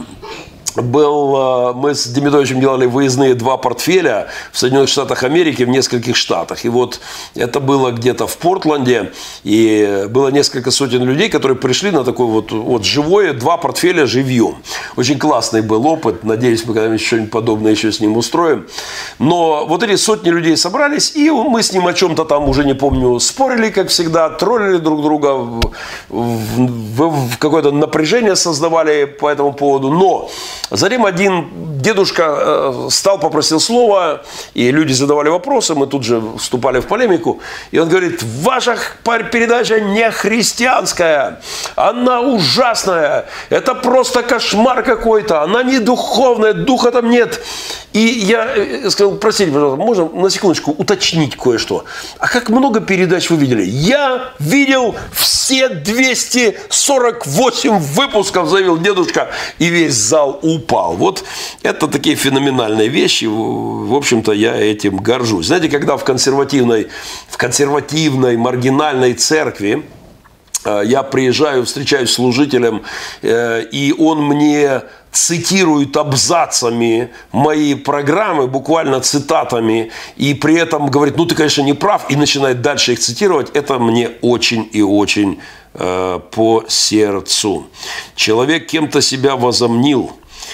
мы с Демидовичем делали выездные 2 портфеля в Соединенных Штатах Америки, в нескольких штатах. И вот это было где-то в Портленде, и было несколько сотен людей, которые пришли на такое вот живое, 2 портфеля живьем. Очень классный был опыт, надеюсь, мы когда-нибудь что-нибудь подобное еще с ним устроим. Но вот эти сотни людей собрались, и мы с ним о чем-то там, уже не помню, спорили, как всегда, троллили друг друга, в какое-то напряжение создавали по этому поводу. Но затем один дедушка встал, попросил слова, и люди задавали вопросы, мы тут же вступали в полемику. И он говорит, ваша передача не христианская, она ужасная, это просто кошмар какой-то, она не духовная, духа там нет. И я сказал, простите, пожалуйста, можно на секундочку уточнить кое-что. А как много передач вы видели? Я видел все 248 выпусков, заявил дедушка, и весь зал упал. Вот это такие феноменальные вещи. В общем-то, я этим горжусь. Знаете, когда в консервативной маргинальной церкви я приезжаю, встречаюсь с служителем, и он мне цитирует абзацами мои программы, буквально цитатами, и при этом говорит, ну ты, конечно, не прав, и начинает дальше их цитировать, это мне очень и очень по сердцу. Человек кем-то себя возомнил,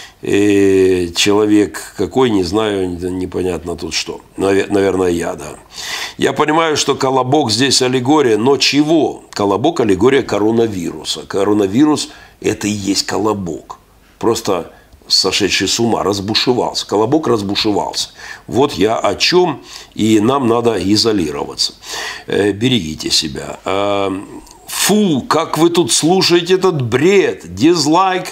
человек какой, не знаю, непонятно тут что. Наверное, я, да. Я понимаю, что колобок здесь аллегория, но чего? Колобок – аллегория коронавируса. Коронавирус – это и есть колобок. Просто сошедший с ума разбушевался. Колобок разбушевался. Вот я о чем, и нам надо изолироваться. Берегите себя. Фу, как вы тут слушаете этот бред. Дизлайк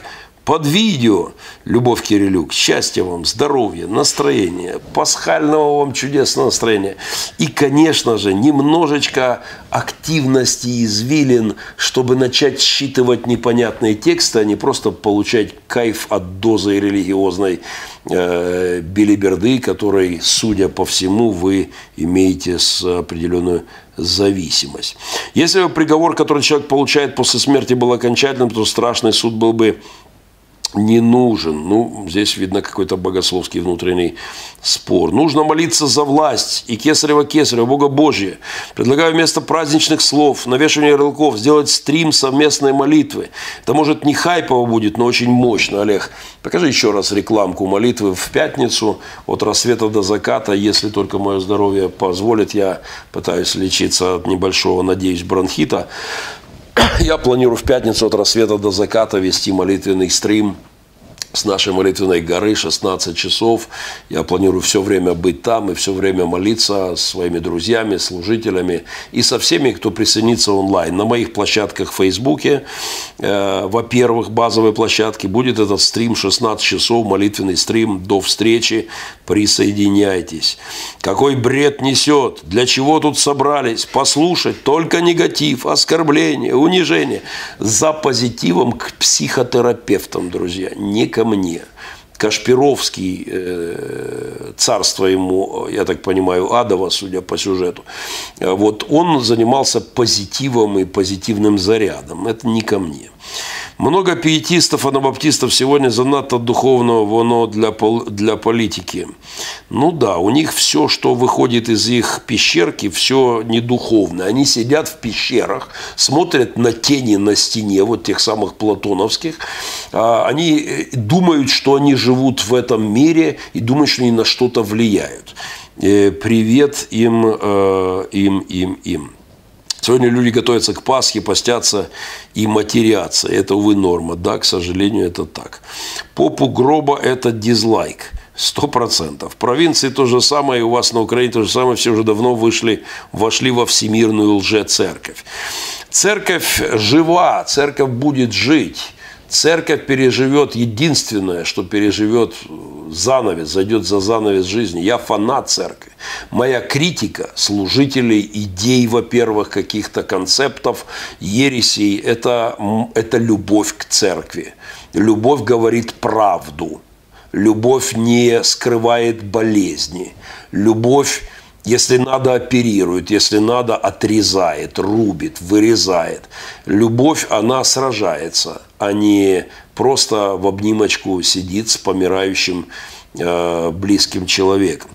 под видео. Любовь Кирилюк. Счастья вам, здоровья, настроения, пасхального вам чудесного настроения. И, конечно же, немножечко активности и извилин, чтобы начать считывать непонятные тексты, а не просто получать кайф от дозы религиозной белиберды, которой, судя по всему, вы имеете с определенную зависимость. Если бы приговор, который человек получает после смерти, был окончательным, то страшный суд был бы не нужен. Ну, здесь видно какой-то богословский внутренний спор. Нужно молиться за власть и кесарево, Бога Божия. Предлагаю вместо праздничных слов, навешивания ярлыков, сделать стрим совместной молитвы. Это, может, не хайпово будет, но очень мощно. Олег, покажи еще раз рекламку молитвы в пятницу от рассвета до заката. Если только мое здоровье позволит, я пытаюсь лечиться от небольшого, надеюсь, бронхита. Я планирую в пятницу от рассвета до заката вести молитвенный стрим с нашей молитвенной горы 16 часов. Я планирую все время быть там и все время молиться с своими друзьями, служителями и со всеми, кто присоединится онлайн. На моих площадках в Фейсбуке, во-первых, базовой площадке, будет этот стрим 16 часов, молитвенный стрим до встречи. Присоединяйтесь. Какой бред несет? Для чего тут собрались? Послушать только негатив, оскорбление, унижение. За позитивом к психотерапевтам, друзья, не ко мне. Кашпировский, царство ему, я так понимаю, адово, судя по сюжету, вот он занимался позитивом и позитивным зарядом. Это не ко мне. Много пиетистов, анабаптистов сегодня занадто духовного воно для политики. Ну да, у них все, что выходит из их пещерки, все не духовное. Они сидят в пещерах, смотрят на тени на стене, вот тех самых платоновских. Они думают, что они живут в этом мире и думают, что они на что-то влияют. Привет им. Сегодня люди готовятся к Пасхе, постятся и матерятся. Это, увы, норма. Да, к сожалению, это так. Попу гроба – это дизлайк. 100%. В провинции то же самое, и у вас на Украине то же самое. Все уже давно вошли во всемирную лже-церковь. Церковь жива, церковь будет жить. Церковь переживет единственное, что переживет занавес, зайдет за занавес жизни. Я фанат церкви. Моя критика служителей, идей, во-первых, каких-то концептов, ересей, это любовь к церкви. Любовь говорит правду. Любовь не скрывает болезни. Любовь, если надо, оперирует, если надо, отрезает, рубит, вырезает. Любовь, она сражается, а не просто в обнимочку сидит с помирающим близким человеком.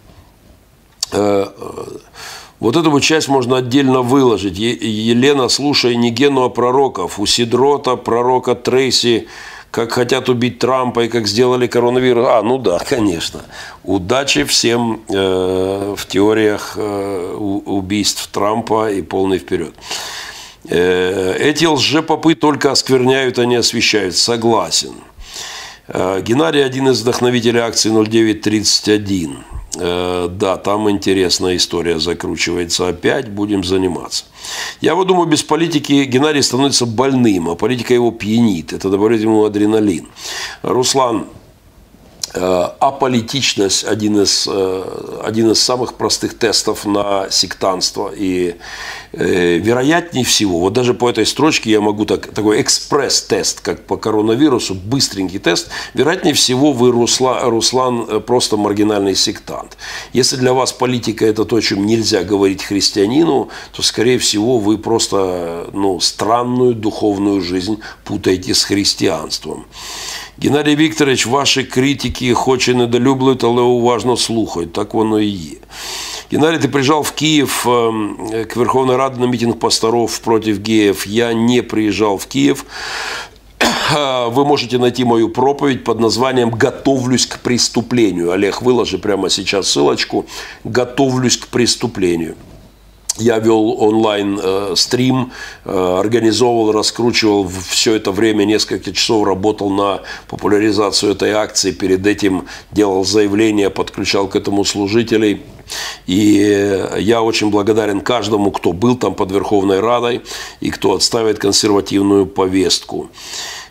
Вот эту часть можно отдельно выложить. Елена, слушай не Гену, а пророков. У Сидрота, пророка Трейси, как хотят убить Трампа и как сделали коронавирус. Ну да, конечно. Удачи всем в теориях убийств Трампа и полный вперед. Эти лжепопы только оскверняют, а не освещают. Согласен. Геннадий, один из вдохновителей акции 0931. Да, там интересная история закручивается опять, будем заниматься. Я вот думаю, без политики Геннадий становится больным, а политика его пьянит. Это добавляет ему адреналин. Руслан, аполитичность один из самых простых тестов на сектантство. И вероятнее всего, вот даже по этой строчке я могу такой экспресс-тест, как по коронавирусу, быстренький тест, вероятнее всего вы, Руслан, просто маргинальный сектант. Если для вас политика это то, о чем нельзя говорить христианину, то, скорее всего, вы просто странную духовную жизнь путаете с христианством. Геннадій Вікторович, ваші критики хоч і недолюблюють, але уважно слухають. Так воно і є. Геннадий, ты приезжал в Киев к Верховной Раде на митинг пасторов против геев. Я не приезжал в Киев. Вы можете найти мою проповедь под названием «Готовлюсь к преступлению». Олег, выложи прямо сейчас ссылочку «Готовлюсь к преступлению». Я вел онлайн-стрим, организовывал, раскручивал все это время, несколько часов работал на популяризацию этой акции. Перед этим делал заявления, подключал к этому служителей. И я очень благодарен каждому, кто был там под Верховной Радой и кто отстаивает консервативную повестку.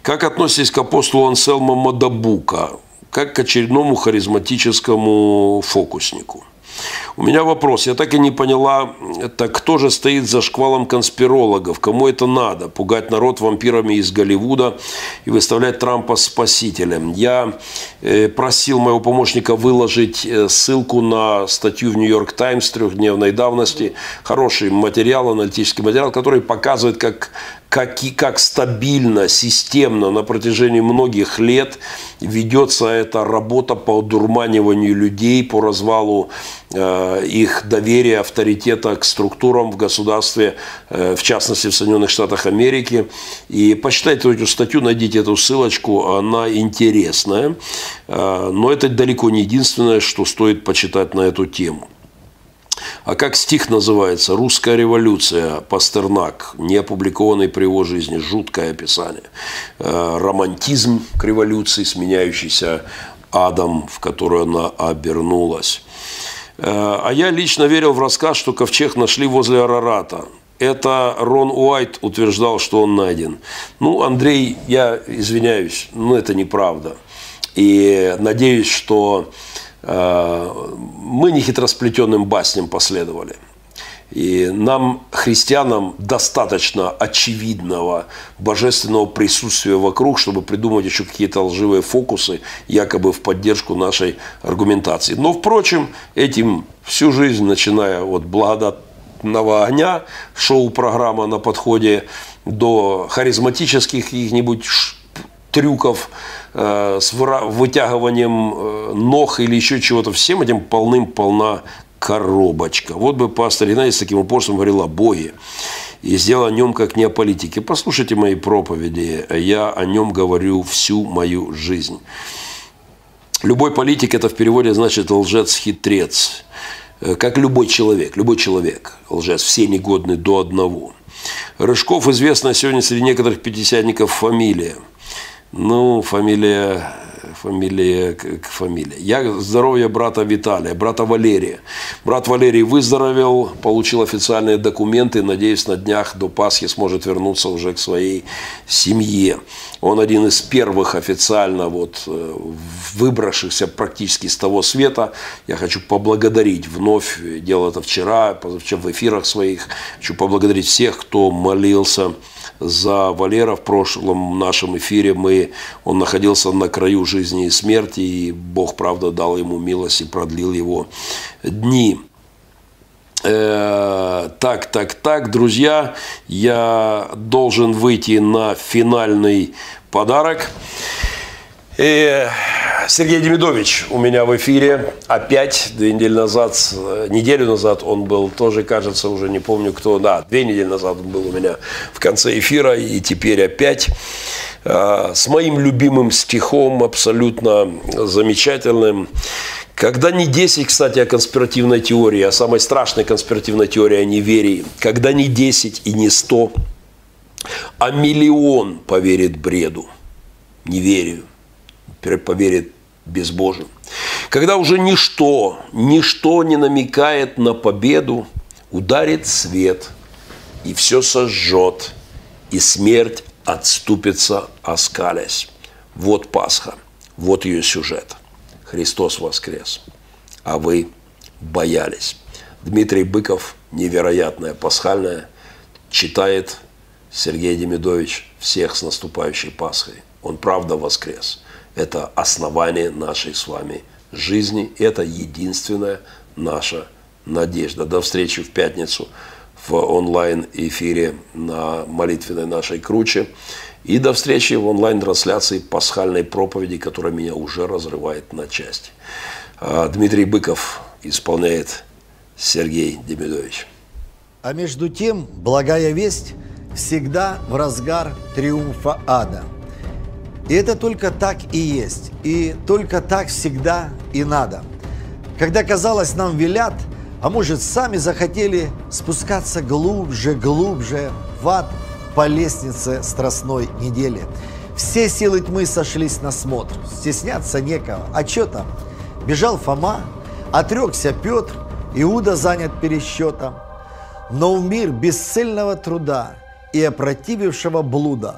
Как относитесь к апостолу Ансельмо Мадабука, как к очередному харизматическому фокуснику? У меня вопрос. Я так и не поняла, так кто же стоит за шквалом конспирологов? Кому это надо? Пугать народ вампирами из Голливуда и выставлять Трампа спасителем. Я просил моего помощника выложить ссылку на статью в Нью-Йорк Таймс 3-дневной давности. Хороший материал, аналитический материал, который показывает, как стабильно, системно на протяжении многих лет ведется эта работа по одурманиванию людей, по развалу их доверия, авторитета к структурам в государстве, в частности в Соединенных Штатах Америки. И почитайте эту статью, найдите эту ссылочку, она интересная, но это далеко не единственное, что стоит почитать на эту тему. А как стих называется? «Русская революция», Пастернак, не опубликованный при его жизни, жуткое описание. Романтизм к революции, сменяющийся адом, в который она обернулась. А я лично верил в рассказ, что ковчег нашли возле Арарата. Это Рон Уайт утверждал, что он найден. Ну, Андрей, я извиняюсь, но это неправда. И надеюсь, что мы не хитросплетенным басням последовали. И нам, христианам, достаточно очевидного божественного присутствия вокруг, чтобы придумать еще какие-то лживые фокусы, якобы в поддержку нашей аргументации. Но, впрочем, этим всю жизнь, начиная от благодатного огня, шоу-программа на подходе, до харизматических каких-нибудь трюков с вытягиванием ног или еще чего-то, всем этим полным-полна коробочка. Вот бы пастор Геннадий с таким упорством говорил о Боге и сделал о нем как не о политике. Послушайте мои проповеди, я о нем говорю всю мою жизнь. Любой политик, это в переводе значит лжец-хитрец. Как любой человек лжец, все негодны до одного. Рыжков известна сегодня среди некоторых пятидесятников фамилия. Ну, фамилия. Я здоровье брата Виталия, брата Валерия. Брат Валерий выздоровел, получил официальные документы. Надеюсь, на днях до Пасхи сможет вернуться уже к своей семье. Он один из первых официально выбравшихся практически с того света. Я хочу поблагодарить вновь, делал это вчера, позавчера в эфирах своих. Хочу поблагодарить всех, кто молился за Валера. В прошлом нашем эфире он находился на краю жизни и смерти, и Бог, правда, дал ему милость и продлил его дни. Так, друзья, я должен выйти на финальный подарок. Сергей Демидович у меня в эфире опять неделю назад он был, тоже, кажется, уже не помню кто, 2 недели назад он был у меня в конце эфира, и теперь опять с моим любимым стихом, абсолютно замечательным. Когда не 10, кстати, о конспиративной теории, о самой страшной конспиративной теории о неверии, когда не 10 и не 100, а миллион поверит бреду, неверию, поверит безбожию. Когда уже ничто не намекает на победу, ударит свет, и все сожжет, и смерть отступится, оскалясь. Вот Пасха, вот ее сюжет. Христос воскрес, а вы боялись. Дмитрий Быков, невероятное пасхальное, читает Сергей Демидович. Всех с наступающей Пасхой. Он правда воскрес. Это основание нашей с вами жизни. Это единственная наша надежда. До встречи в пятницу в онлайн-эфире на молитвенной нашей круче. И до встречи в онлайн-трансляции пасхальной проповеди, которая меня уже разрывает на части. Дмитрий Быков исполняет Сергей Демидович. А между тем, благая весть всегда в разгар триумфа ада. И это только так и есть, и только так всегда и надо. Когда, казалось, нам велят, а может, сами захотели спускаться глубже в ад по лестнице страстной недели. Все силы тьмы сошлись на смотр, стесняться некого. А что там? Бежал Фома, отрекся Петр, Иуда занят пересчетом. Но в мир бесцельного труда и опротивившего блуда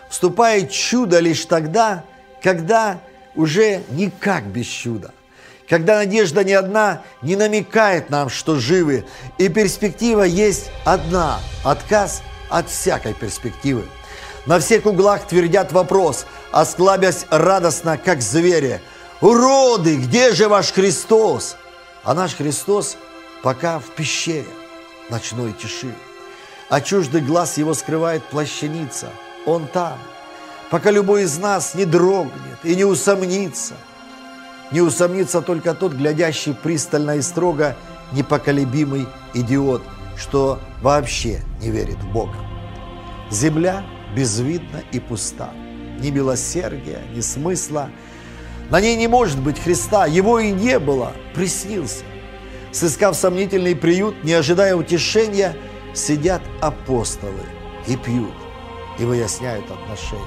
вступает чудо лишь тогда, когда уже никак без чуда. Когда надежда ни одна не намекает нам, что живы, и перспектива есть одна – отказ от всякой перспективы. На всех углах твердят вопрос, осклабясь радостно, как звери: «Уроды, где же ваш Христос?» А наш Христос пока в пещере ночной тиши. А чуждый глаз его скрывает плащаница. Он там, пока любой из нас не дрогнет и не усомнится. Не усомнится только тот, глядящий пристально и строго, непоколебимый идиот, что вообще не верит в Бога. Земля безвидна и пуста. Ни милосердия, ни смысла. На ней не может быть Христа, его и не было, приснился. Сыскав сомнительный приют, не ожидая утешения, сидят апостолы и пьют, и выясняют отношения.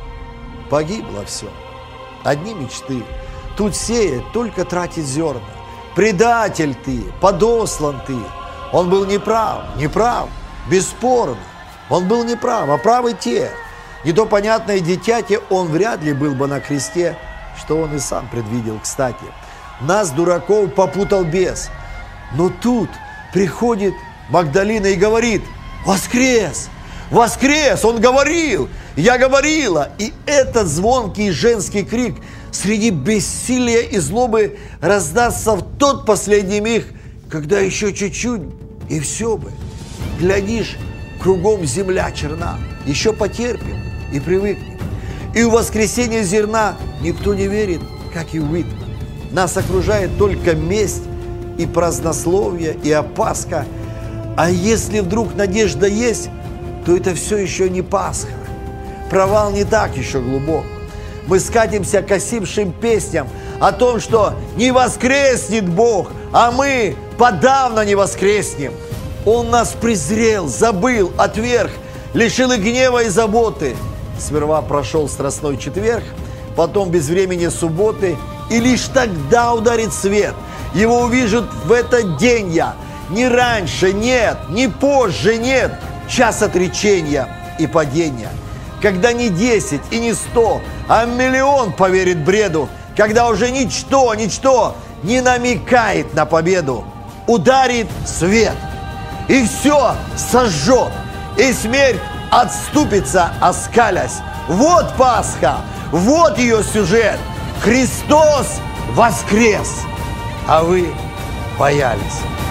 Погибло все. Одни мечты. Тут сеет, только тратит зерна. Предатель ты, подослан ты. Он был неправ, бесспорно. Он был неправ, а правы те. Не то понятное дитяти, он вряд ли был бы на кресте, что он и сам предвидел, кстати. Нас, дураков, попутал бес. Но тут приходит Магдалина и говорит: «Воскрес! Воскрес! Он говорил! Я говорила!» И этот звонкий женский крик среди бессилия и злобы раздастся в тот последний миг, когда еще чуть-чуть, и все бы. Глядишь, кругом земля черна. Еще потерпим и привыкнем. И у воскресения зерна никто не верит, как и Уитман. Нас окружает только месть и празднословие, и опаска. А если вдруг надежда есть, то это все еще не Пасха. Провал не так еще глубок. Мы скатимся к осипшим песням о том, что не воскреснет Бог, а мы подавно не воскреснем. Он нас презрел, забыл, отверг, лишил и гнева, и заботы. Сперва прошел страстной четверг, потом без времени субботы, и лишь тогда ударит свет. Его увижу в этот день я. Ни раньше нет, ни позже нет. Час отречения и падения. Когда не 10 и не 100, а миллион поверит бреду. Когда уже ничто не намекает на победу. Ударит свет, и все сожжет, и смерть отступится, оскалясь. Вот Пасха, вот ее сюжет. Христос воскрес, а вы боялись.